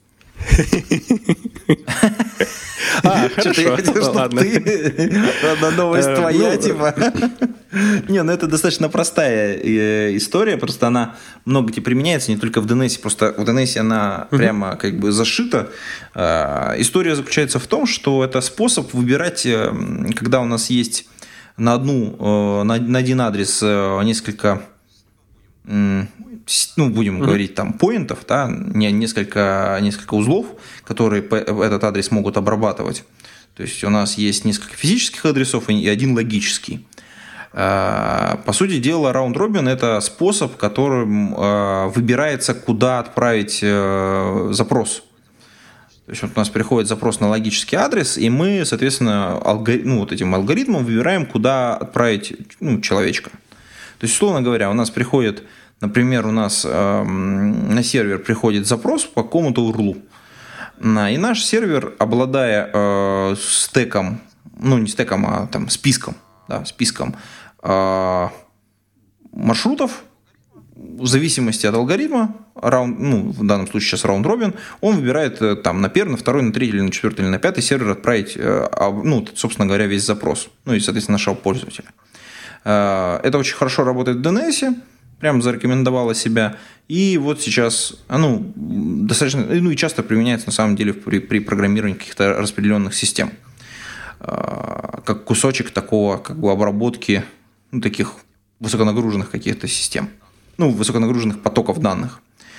А, хорошо. Я хотел, чтобы ты... Одна новость твоя, типа. Не, ну это достаточно простая история, просто она много где применяется, не только в ди эн эс, просто в ди эн эс она прямо как бы зашита. История заключается в том, что это способ выбирать, когда у нас есть на одну, на один адрес несколько... ну, будем mm-hmm. говорить, там, поинтов, да, не, несколько, несколько узлов, которые этот адрес могут обрабатывать. То есть у нас есть несколько физических адресов и один логический. По сути дела, раунд-робин – это способ, которым выбирается, куда отправить запрос. То есть вот у нас приходит запрос на логический адрес, и мы, соответственно, алгори... ну, вот этим алгоритмом выбираем, куда отправить, ну, человечка. То есть, условно говоря, у нас приходит, например, у нас э, на сервер приходит запрос по какому-то урлу. И наш сервер, обладая э, стеком, ну не стеком, а там списком, да, списком э, маршрутов, в зависимости от алгоритма, раунд, ну, в данном случае сейчас раунд-робин, он выбирает там, на первый, на второй, на третий, или на четвертый, или на пятый сервер отправить, ну, собственно говоря, весь запрос, ну и, соответственно, нашего пользователя. Это очень хорошо работает в ди эн эс, прям зарекомендовала себя. И вот сейчас, ну, достаточно, ну и часто применяется на самом деле при, при программировании каких-то распределенных систем. Как кусочек такого, как бы, обработки, ну, таких высоконагруженных каких-то систем. Ну, высоконагруженных потоков данных.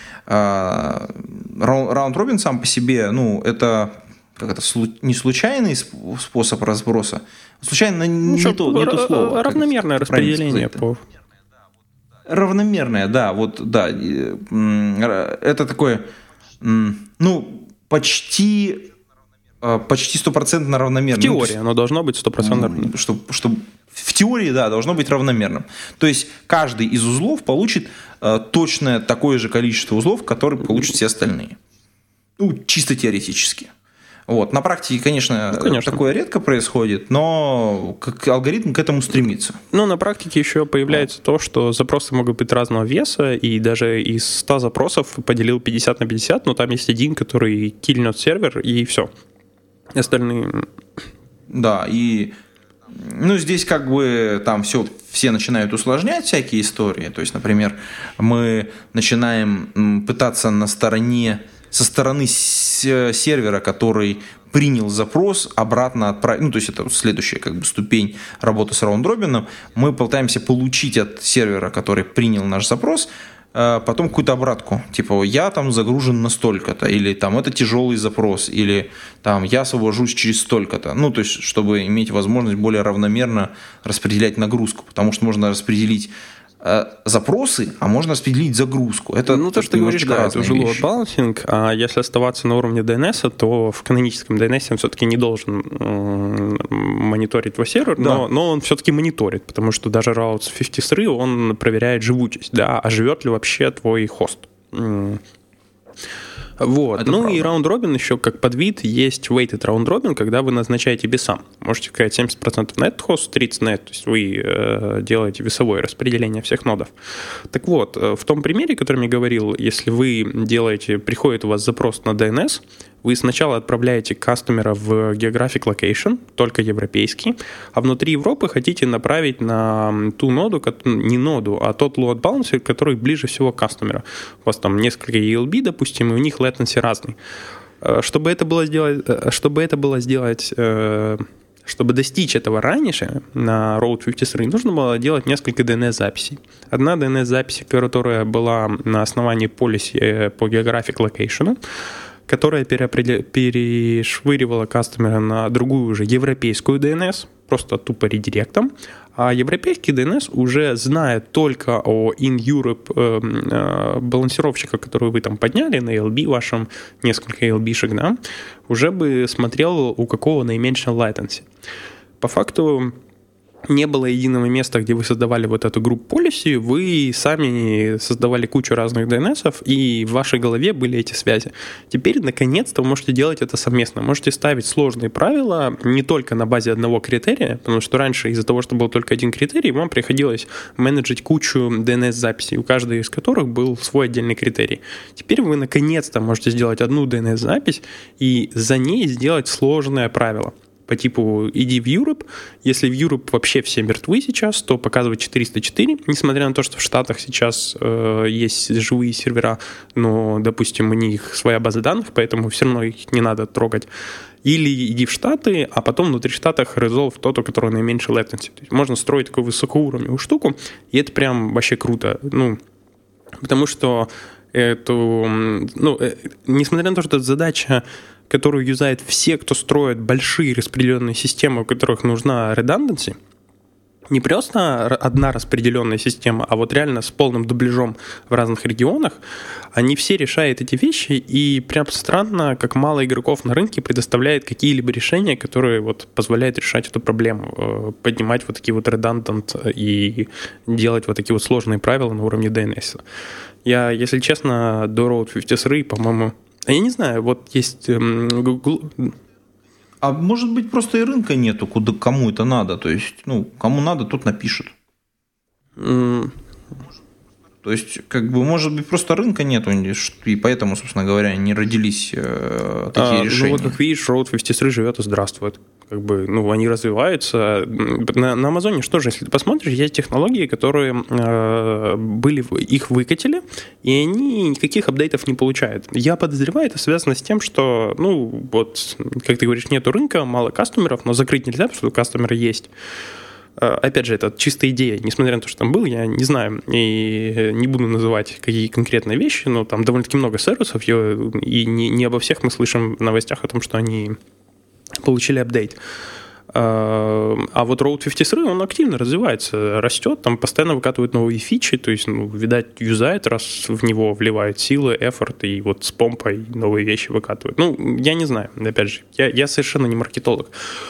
Раунд-робин сам по себе, ну, это... как это, не случайный способ разброса, случайно не, ну, то, не то слово. Равномерное распределение. По... Равномерное, да, вот, да. Это такое, ну, почти, почти стопроцентно равномерно. В теории оно должно быть стопроцентно равномерным. Что, что, в теории, да, должно быть равномерным. То есть каждый из узлов получит точное такое же количество узлов, которые получат все остальные. Ну, чисто теоретически. Вот. На практике, конечно, ну, конечно, такое редко происходит, но как алгоритм к этому стремится. Ну, на практике еще появляется вот. то, что запросы могут быть разного веса, и даже из ста запросов поделил пятьдесят на пятьдесят, но там есть один, который кильнет сервер, и все. Остальные... Да, и ну, здесь как бы там все, все начинают усложнять всякие истории. То есть, например, мы начинаем пытаться на стороне со стороны сервера, который принял запрос, обратно отправить, ну, то есть это следующая как бы ступень работы с раунд-робином, мы пытаемся получить от сервера, который принял наш запрос, потом какую-то обратку, типа я там загружен на столько-то, или там это тяжелый запрос, или там я освобожусь через столько-то, ну, то есть чтобы иметь возможность более равномерно распределять нагрузку, потому что можно распределить запросы, а можно распределить загрузку. Это ну, то, что ты говоришь, да, это уже load balancing, а если оставаться на уровне ди эн эс, то в каноническом ди эн эс он все-таки не должен м- мониторить твой сервер, да. но, но он все-таки мониторит, потому что даже Route пятьдесят три, он проверяет живучесть, да, а живет ли вообще твой хост. Вот. Это ну правда. И раунд-робин еще как подвид есть weighted раунд-робин, когда вы назначаете веса. Можете сказать семьдесят процентов net host, тридцать net, то есть вы э, делаете весовое распределение всех нодов. Так вот, в том примере, о котором я говорил, если вы делаете, приходит у вас запрос на ди эн эс, вы сначала отправляете кастомера в geographic location, только европейский, а внутри Европы хотите направить на ту ноду, не ноду, а тот load balancer, который ближе всего к кастомеру. У вас там несколько и эл би, допустим, и у них latency разный. Чтобы это было сделать, чтобы это было сделать, чтобы достичь этого раньше на Route пятьдесят три, нужно было делать несколько ди эн эс-записей. Одна ди эн эс-запись, которая была на основании policy по geographic location, которая перешвыривала кастомера на другую уже европейскую ди эн эс, просто тупо редиректом, а европейский ди эн эс уже знает только о in-Europe э, э, балансировщиках, которые вы там подняли на и эл би вашем, несколько и эл би-шек, да, уже бы смотрел, у какого наименьшего latency. По факту не было единого места, где вы создавали вот эту группу policy, вы сами создавали кучу разных ди эн эсов, и в вашей голове были эти связи. Теперь, наконец-то, вы можете делать это совместно. Можете ставить сложные правила не только на базе одного критерия, потому что раньше из-за того, что был только один критерий, вам приходилось менеджить кучу ди эн эс-записей, у каждой из которых был свой отдельный критерий. Теперь вы, наконец-то, можете сделать одну ди эн эс-запись и за ней сделать сложное правило. По типу иди в Europe. Если в Europe вообще все мертвы сейчас, то показывать четыреста четыре, несмотря на то, что в Штатах сейчас э, есть живые сервера, но, допустим, у них своя база данных, поэтому все равно их не надо трогать. Или иди в Штаты, а потом внутри Штатов resolve тот, у которого наименьший latency. То есть можно строить такую высокоуровневую штуку, и это прям вообще круто. Ну, потому что эту, ну, э, несмотря на то, что это задача, которую юзают все, кто строит большие распределенные системы, у которых нужна redundancy, не просто одна распределенная система, а вот реально с полным дубляжом в разных регионах, они все решают эти вещи, и прям странно, как мало игроков на рынке предоставляет какие-либо решения, которые вот позволяют решать эту проблему, поднимать вот такие вот redundant и делать вот такие вот сложные правила на уровне ди эн эс. Я, если честно, до Route пятьдесят три, по-моему, а я не знаю, вот есть Google. А может быть, просто и рынка нету, куда, кому это надо. То есть, ну, кому надо, тот напишет. Mm. То есть, как бы, может быть, просто рынка нету, и поэтому, собственно говоря, не родились э, такие а, решения. Ну, вот, как видишь, Route пятьдесят три живет и здравствует. Как бы, ну, они развиваются. На, на Амазоне что же, если ты посмотришь, есть технологии, которые э, были, их выкатили, и они никаких апдейтов не получают. Я подозреваю, это связано с тем, что, ну, вот, как ты говоришь, нету рынка, мало кастомеров, но закрыть нельзя, потому что кастомеры есть. Опять же, это чистая идея. Несмотря на то, что там был, я не знаю и не буду называть какие конкретные вещи, но там довольно-таки много сервисов, и не, не обо всех мы слышим в новостях о том, что они получили апдейт. А вот Route пятьдесят три, он активно развивается, растет, там постоянно выкатывают новые фичи, то есть, ну, видать, юзает, раз в него вливают силы, эфорт, и вот с помпой новые вещи выкатывают. Ну, я не знаю, опять же, я, я совершенно не маркетолог.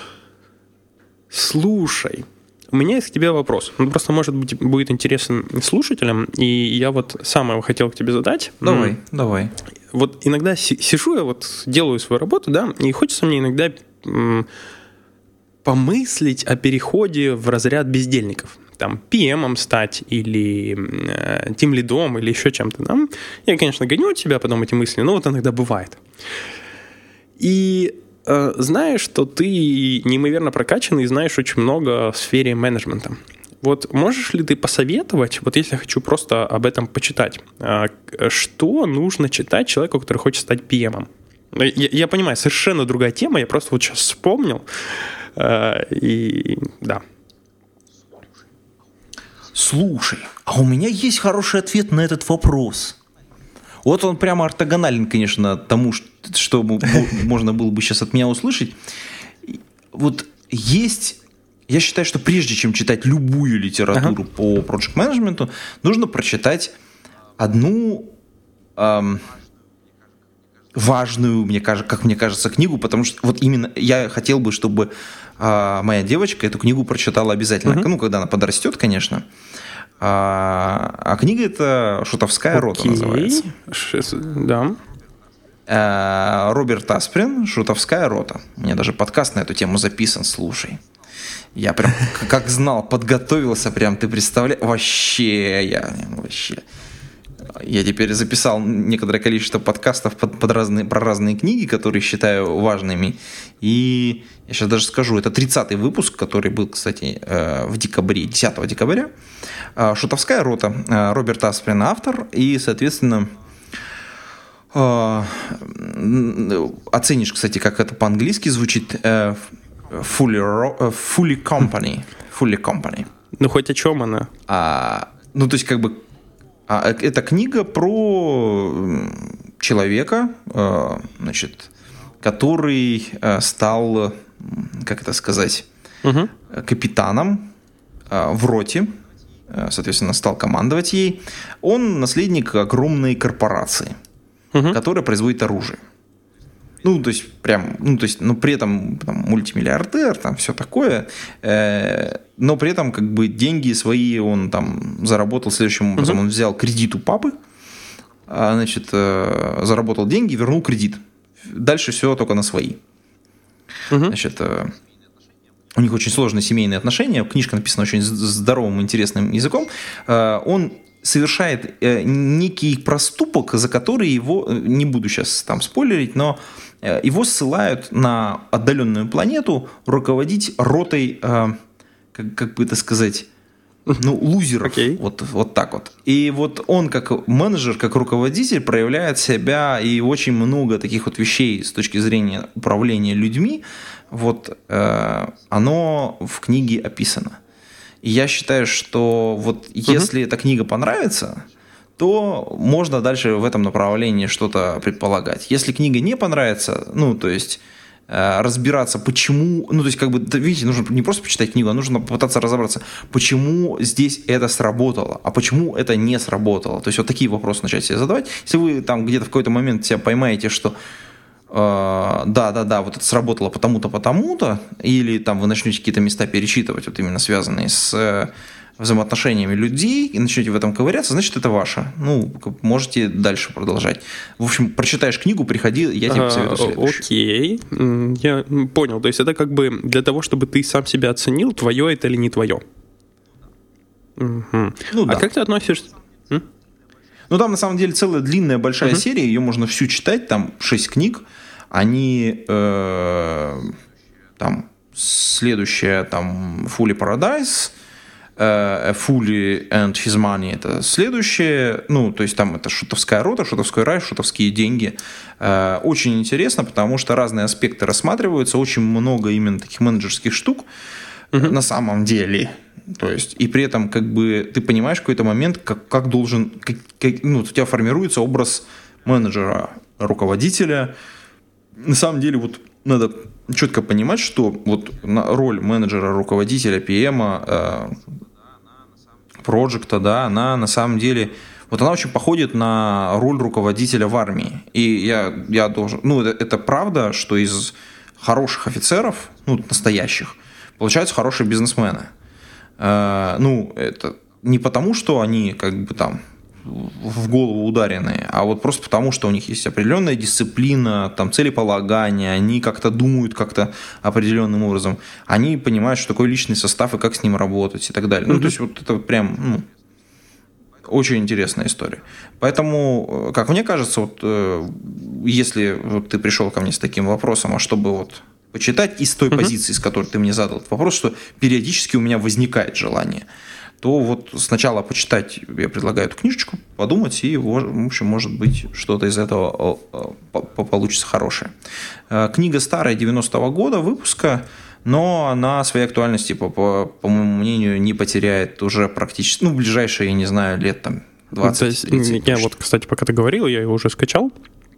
Слушай, у меня есть к тебе вопрос. Он просто, может быть, будет интересен слушателям, и я вот сам его хотел к тебе задать. Давай, м- давай. Вот иногда си- сижу я, вот делаю свою работу, да, и хочется мне иногда м- помыслить о переходе в разряд бездельников. Там, пи эм стать или э, тимлидом или еще чем-то. Да? Я, конечно, гоню от себя потом эти мысли, но вот иногда бывает. И э, знаешь, что ты неимоверно прокачанный и знаешь очень много в сфере менеджмента. Вот можешь ли ты посоветовать, вот если я хочу просто об этом почитать, э, что нужно читать человеку, который хочет стать пи эм? Я, я понимаю, совершенно другая тема, я просто вот сейчас вспомнил. Э, и да. Слушай, а у меня есть хороший ответ на этот вопрос. Вот он прямо ортогонален, конечно, тому, что можно было бы сейчас от меня услышать. Вот есть... Я считаю, что прежде чем читать любую литературу ага. по project management, нужно прочитать одну эм, важную, мне кажется, как мне кажется, книгу, потому что вот именно я хотел бы, чтобы э, моя девочка эту книгу прочитала обязательно. Uh-huh. Ну, когда она подрастет, конечно. А, а книга эта «Шутовская рота» okay. называется. Ш- да. Роберт Асприн «Шутовская рота». У меня даже подкаст на эту тему записан, слушай. Я прям как знал, подготовился, прям ты представляешь. Вообще, я вообще... Я теперь записал некоторое количество подкастов под, под разные, про разные книги, которые считаю важными. И я сейчас даже скажу, это тридцатый выпуск, который был, кстати, в декабре, десятого декабря. «Шутовская рота», Роберт Асприн автор. И, соответственно, оценишь, кстати, как это по-английски звучит. Fully, fully Company. Fully Company. Ну, хоть о чем она? А, ну, то есть, как бы, а, это книга про человека, значит, который стал, как это сказать, угу. капитаном в роте, соответственно, стал командовать ей. Он наследник огромной корпорации, угу. которая производит оружие. Ну, то есть, прям, ну, то есть, но при этом там, мультимиллиардер, там все такое, э, но при этом, как бы, деньги свои он там заработал следующим образом. Uh-huh. Он взял кредит у папы, а, значит, э, заработал деньги, вернул кредит. Дальше все только на свои. Uh-huh. Значит, э, у них очень сложные семейные отношения, книжка написана очень здоровым, интересным языком. Э, он совершает э, некий проступок, за который его, не буду сейчас там спойлерить, но э, его ссылают на отдаленную планету руководить ротой, э, как, как бы это сказать, ну, лузеров. Okay. Вот, вот так вот. И вот он как менеджер, как руководитель проявляет себя, и очень много таких вот вещей с точки зрения управления людьми, вот э, оно в книге описано. И я считаю, что вот если uh-huh. эта книга понравится, то можно дальше в этом направлении что-то предполагать. Если книга не понравится, ну, то есть э, разбираться, почему, ну, то есть, как бы, видите, нужно не просто почитать книгу, а нужно попытаться разобраться, почему здесь это сработало, а почему это не сработало. То есть, вот такие вопросы начать себе задавать. Если вы там где-то в какой-то момент себя поймаете, что да-да-да, вот это сработало потому-то, потому-то, или там вы начнете какие-то места перечитывать, вот именно связанные с взаимоотношениями людей, и начнете в этом ковыряться, значит, это ваше. Ну, можете дальше продолжать. В общем, прочитаешь книгу, приходи, я тебе посоветую следующую. Окей, я понял. То есть это как бы для того, чтобы ты сам себя оценил, твое это или не твое. Угу. Ну, да. А как ты относишься... Ну, там, на самом деле, целая длинная большая uh-huh. серия, ее можно всю читать, там шесть книг, они, э, там, следующая, там, Fully Paradise, э, Fully and His Money, это следующее, ну, то есть, там, это шутовская рота, шутовской рай, шутовские деньги. Э, очень интересно, потому что разные аспекты рассматриваются, очень много именно таких менеджерских штук uh-huh. на самом деле. То есть, и при этом, как бы, ты понимаешь в какой-то момент, как, как должен, как, как, ну, у тебя формируется образ менеджера, руководителя. На самом деле, вот надо четко понимать, что вот роль менеджера, руководителя, пи эм, э, проекта, да, она на самом деле, вот она очень походит на роль руководителя в армии. И я, я должен, ну, это, это правда, что из хороших офицеров, ну, настоящих, получаются хорошие бизнесмены. Ну, это не потому, что они как бы там в голову ударенные, а вот просто потому, что у них есть определенная дисциплина, там целеполагание, они как-то думают как-то определенным образом, они понимают, что такое личный состав и как с ним работать и так далее. Mm-hmm. Ну, то есть вот это прям, ну, очень интересная история. Поэтому, как мне кажется, вот если вот ты пришел ко мне с таким вопросом, а чтобы вот почитать из той uh-huh. позиции, с которой ты мне задал этот вопрос, что периодически у меня возникает желание, то вот сначала почитать, я предлагаю эту книжечку, подумать, и, в общем, может быть, что-то из этого получится хорошее. Книга старая, девяностого года выпуска, но она своей актуальности, по, по, по моему мнению, не потеряет уже практически, ну, в ближайшие, я не знаю, лет там двадцать тридцать. Я вот, кстати, пока ты говорил, я его уже скачал.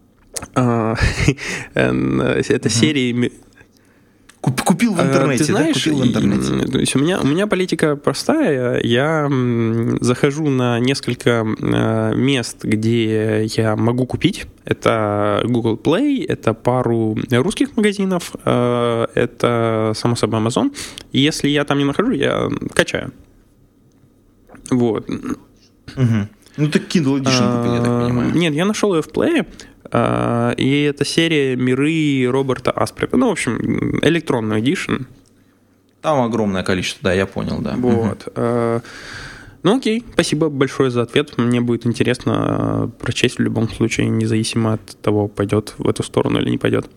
Это серия... Купил в интернете, Ты знаешь, да? Купил в интернете. То есть у меня, у меня политика простая. Я захожу на несколько мест, где я могу купить. Это Google Play, это пару русских магазинов, это, само собой, Amazon. И если я там не нахожу, я качаю. Вот. Угу. Ну, ты Kindle Edition купил, я так понимаю. Нет, я нашел ее в Play. И это серия «Миры» Роберта Аспрета. Ну, в общем, электронный эдишн. Там огромное количество, да, я понял, да. Вот. Угу. Ну, окей, спасибо большое за ответ. Мне будет интересно прочесть в любом случае, независимо от того, пойдет в эту сторону или не пойдет.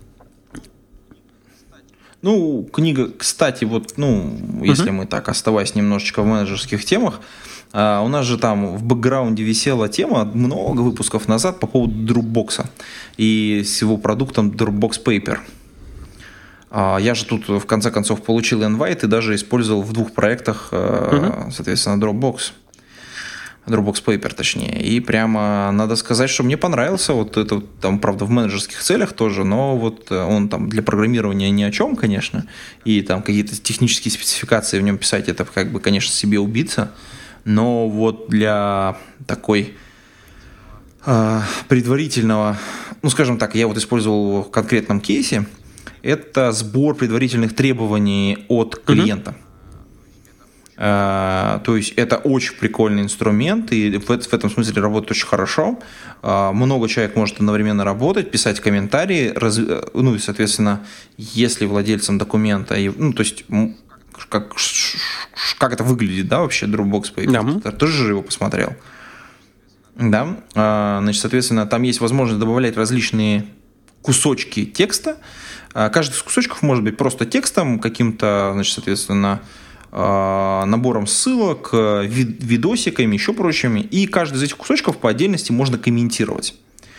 Ну, книга, кстати, вот, ну, если uh-huh. мы так, оставаясь немножечко в менеджерских темах, а, у нас же там в бэкграунде висела тема много выпусков назад по поводу Dropbox и с его продуктом Dropbox Paper. А, я же тут, в конце концов, получил инвайт и даже использовал в двух проектах, uh-huh. соответственно, Dropbox. Dropbox Paper, точнее. И прямо надо сказать, что мне понравился. Вот это, там, правда, в менеджерских целях тоже, но вот он там для программирования ни о чем, конечно. И там какие-то технические спецификации в нем писать, это как бы, конечно, себе убиться. Но вот для такой э, предварительного, ну, скажем так, я вот использовал его в конкретном кейсе, это сбор предварительных требований от клиента. Mm-hmm. Uh, то есть это очень прикольный инструмент, и в, в этом смысле работает очень хорошо. Uh, много человек может одновременно работать, писать комментарии, раз, ну и, соответственно, если владельцам документа, ну, то есть как, как это выглядит, да, вообще Dropbox Paper, yeah. Ты тоже же его посмотрел. Да, uh, значит, соответственно, там есть возможность добавлять различные кусочки текста. Uh, каждый из кусочков может быть просто текстом, каким-то, значит, соответственно, набором ссылок, видосиками, еще прочими. И каждый из этих кусочков по отдельности можно комментировать.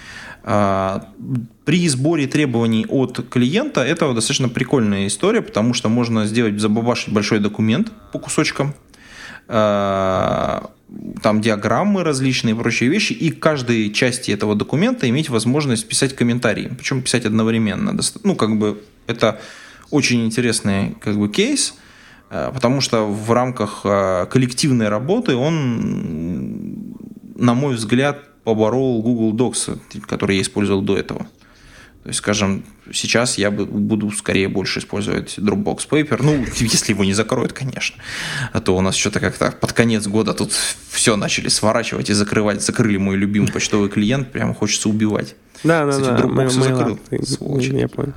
При сборе требований от клиента это достаточно прикольная история, потому что можно сделать, забабашить большой документ по кусочкам, там диаграммы различные и прочие вещи, и к каждой части этого документа иметь возможность писать комментарии, причем писать одновременно. Ну, как бы это очень интересный как бы кейс, потому что в рамках коллективной работы он, на мой взгляд, поборол Google Docs, который я использовал до этого. То есть, скажем, сейчас я буду скорее больше использовать Dropbox Paper. Ну, если его не закроют, конечно. А то у нас что-то как-то под конец года тут все начали сворачивать и закрывать. Закрыли мой любимый почтовый клиент. Прямо хочется убивать. Да, да, да. Dropbox закрыл. Сволочь. Я понял.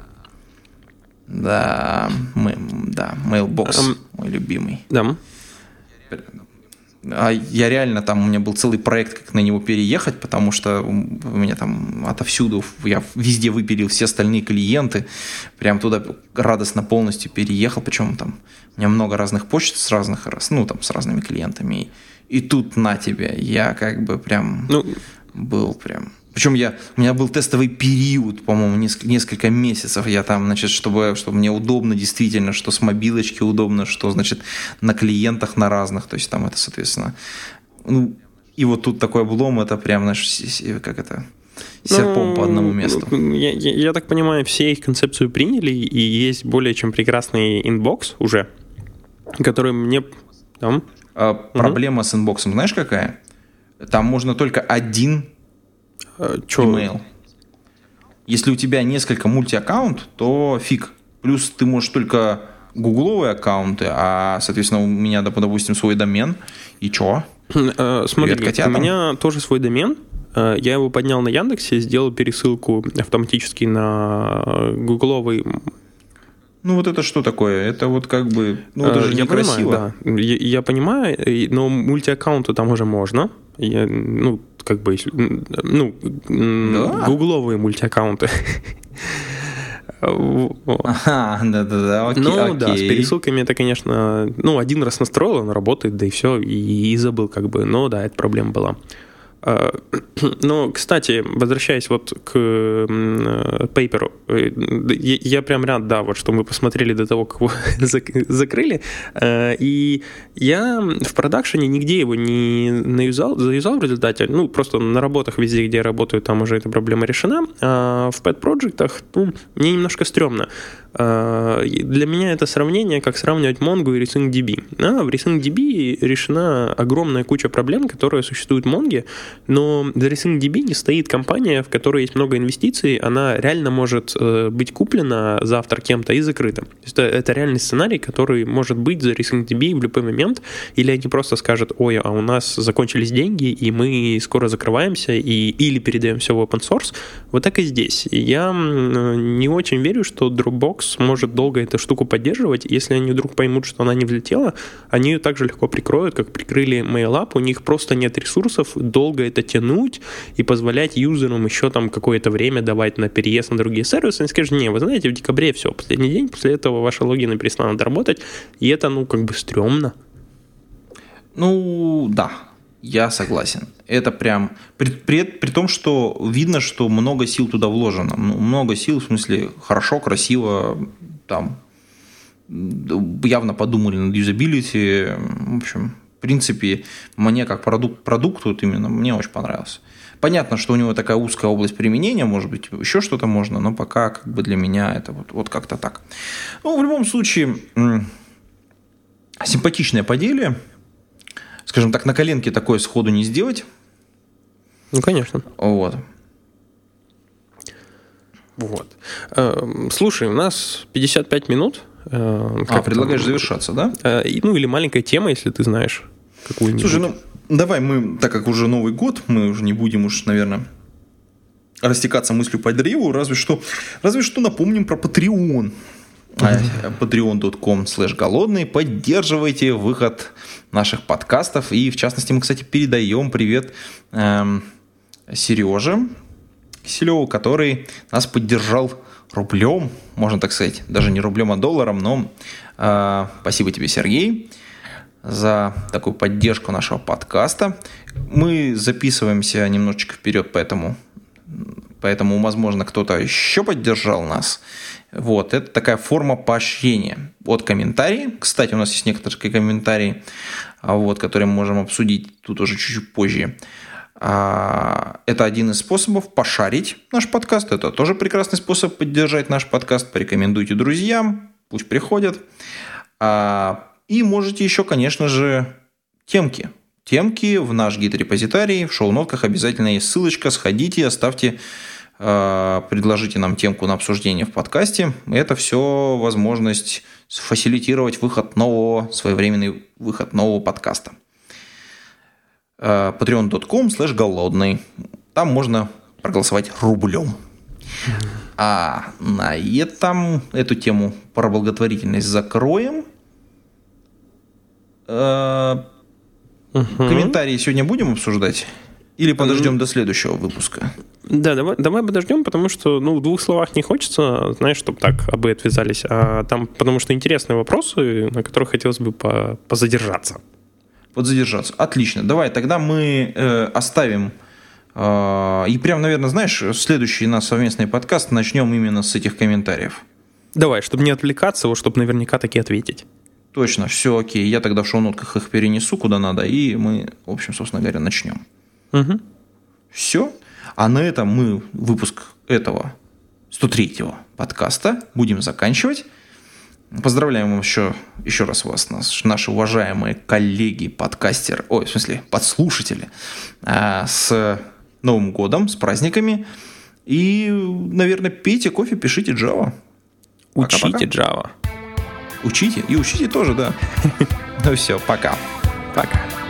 Да, мы, да, Mailbox, um, мой любимый. Да. А я реально там, у меня был целый проект, как на него переехать, потому что у меня там отовсюду, я везде выпилил все остальные клиенты, прям туда радостно полностью переехал, причем там у меня много разных почт с разных, ну там с разными клиентами, и, и тут на тебе, я как бы прям ну, был прям... Причем я, у меня был тестовый период, по-моему, несколько, несколько месяцев. Я там, значит, чтобы, чтобы мне удобно действительно, что с мобилочки удобно, что, значит, на клиентах на разных. То есть там это, соответственно... Ну, и вот тут такой облом, это прям, знаешь, как это... серпом ну, по одному месту. Я, я, я так понимаю, все их концепцию приняли, и есть более чем прекрасный инбокс уже, который мне... Там... А, проблема угу. с инбоксом, знаешь, какая? Там можно только один... email. Если у тебя несколько мультиаккаунт, то фиг. Плюс ты можешь только гугловые аккаунты, а, соответственно, у меня, допустим, свой домен. И чё? Смотри, Привет, у меня тоже свой домен. Я его поднял на Яндексе, сделал пересылку автоматически на гугловый. Ну, вот это что такое? Это вот как бы... Ну, это же я некрасиво. Понимаю, да. я, я понимаю, но мультиаккаунты там уже можно. Я, ну, как бы... Ну, да? Гугловые мультиаккаунты. Ага, да-да-да, окей. Ну, да, с пересылками это, конечно... Ну, один раз настроил, он работает, да и все, и, и забыл как бы. Но, да, это проблема была. Но, кстати, возвращаясь вот к пейперу, я, я прям рад, да, вот что мы посмотрели до того, как его закрыли, и я в продакшене нигде его не наюзал, заюзал в результате, ну, просто на работах везде, где я работаю, там уже эта проблема решена, а в pet-проджектах, ну, мне немножко стрёмно. Для меня это сравнение, как сравнивать Mongo и ResyncDB. А в ResyncDB решена огромная куча проблем, которые существуют в Mongo, но за ResyncDB не стоит компания, в которой есть много инвестиций, она реально может быть куплена завтра кем-то и закрыта. То есть это, это реальный сценарий, который может быть за ResyncDB в любой момент, или они просто скажут: ой, а у нас закончились деньги, и мы скоро закрываемся, и, или передаем все в open source. Вот так и здесь. Я не очень верю, что Dropbox может долго эту штуку поддерживать. Если они вдруг поймут, что она не взлетела, они ее так же легко прикроют, как прикрыли MailUp. У них просто нет ресурсов долго это тянуть и позволять юзерам еще там какое-то время давать на переезд на другие сервисы. Они скажут: не, вы знаете, в декабре все, последний день, после этого ваши логины перестанут работать, и это, ну, как бы стрёмно. Ну, да. Я согласен. Это прям... При, при, при том, что видно, что много сил туда вложено. Много сил, в смысле, хорошо, красиво, там, явно подумали над юзабилити. В общем, в принципе, мне как продукт, продукт вот именно, мне очень понравился. Понятно, что у него такая узкая область применения, может быть, еще что-то можно, но пока как бы для меня это вот, вот как-то так. Ну, в любом случае, симпатичное поделие. Скажем так, на коленке такое сходу не сделать. Ну, конечно. Вот. Вот. Слушай, у нас пятьдесят пять минут. Как а, предлагаешь там завершаться, да? Ну, или маленькая тема, если ты знаешь какую-нибудь. Слушай, ну, давай мы, так как уже Новый год, мы уже не будем уж, наверное, растекаться мыслью по древу, разве что, разве что напомним про Patreon. patreon точка com слэш голодный. Поддерживайте выход наших подкастов. И, в частности, мы, кстати, передаем привет эм, Сереже Киселеву, который нас поддержал рублем, можно так сказать, даже не рублем, а долларом, но э, спасибо тебе, Сергей, за такую поддержку нашего подкаста. Мы записываемся немножечко вперед, поэтому, поэтому возможно, кто-то еще поддержал нас. Вот, это такая форма поощрения от комментариев. Кстати, у нас есть некоторые комментарии, вот, которые мы можем обсудить тут уже чуть-чуть позже. Это один из способов пошарить наш подкаст. Это тоже прекрасный способ поддержать наш подкаст. Порекомендуйте друзьям, пусть приходят. И можете еще, конечно же, темки. Темки в наш гид-репозитарий. В шоу-нотках обязательно есть ссылочка. Сходите, оставьте, предложите нам темку на обсуждение в подкасте. Это все возможность фасилитировать выход нового, своевременный выход нового подкаста. patreon точка com слэш голодный. Там можно проголосовать рублем. А на этом эту тему про благотворительность закроем. Угу. Комментарии сегодня будем обсуждать? Или подождем mm. до следующего выпуска? Да, давай, давай подождем, потому что, ну, в двух словах не хочется, знаешь, чтобы так обы отвязались, а там, потому что интересные вопросы, на которых хотелось бы по, позадержаться. Подзадержаться. Отлично. Давай, тогда мы э, оставим э, и прям, наверное, знаешь, следующий наш совместный подкаст начнем именно с этих комментариев. Давай, чтобы не отвлекаться, вот, чтобы наверняка таки ответить. Точно, все окей. Я тогда в шоу-нотках их перенесу куда надо, и мы, в общем, собственно говоря, начнем. Угу. Все. А на этом мы выпуск этого сто третьего подкаста будем заканчивать. Поздравляем вам еще, еще раз вас, наши уважаемые коллеги, подкастеры, ой, в смысле, подслушатели, с Новым годом, с праздниками. И, наверное, пейте кофе, пишите Java. Учите Java. Учите и учите тоже, да. Ну все, пока. Пока.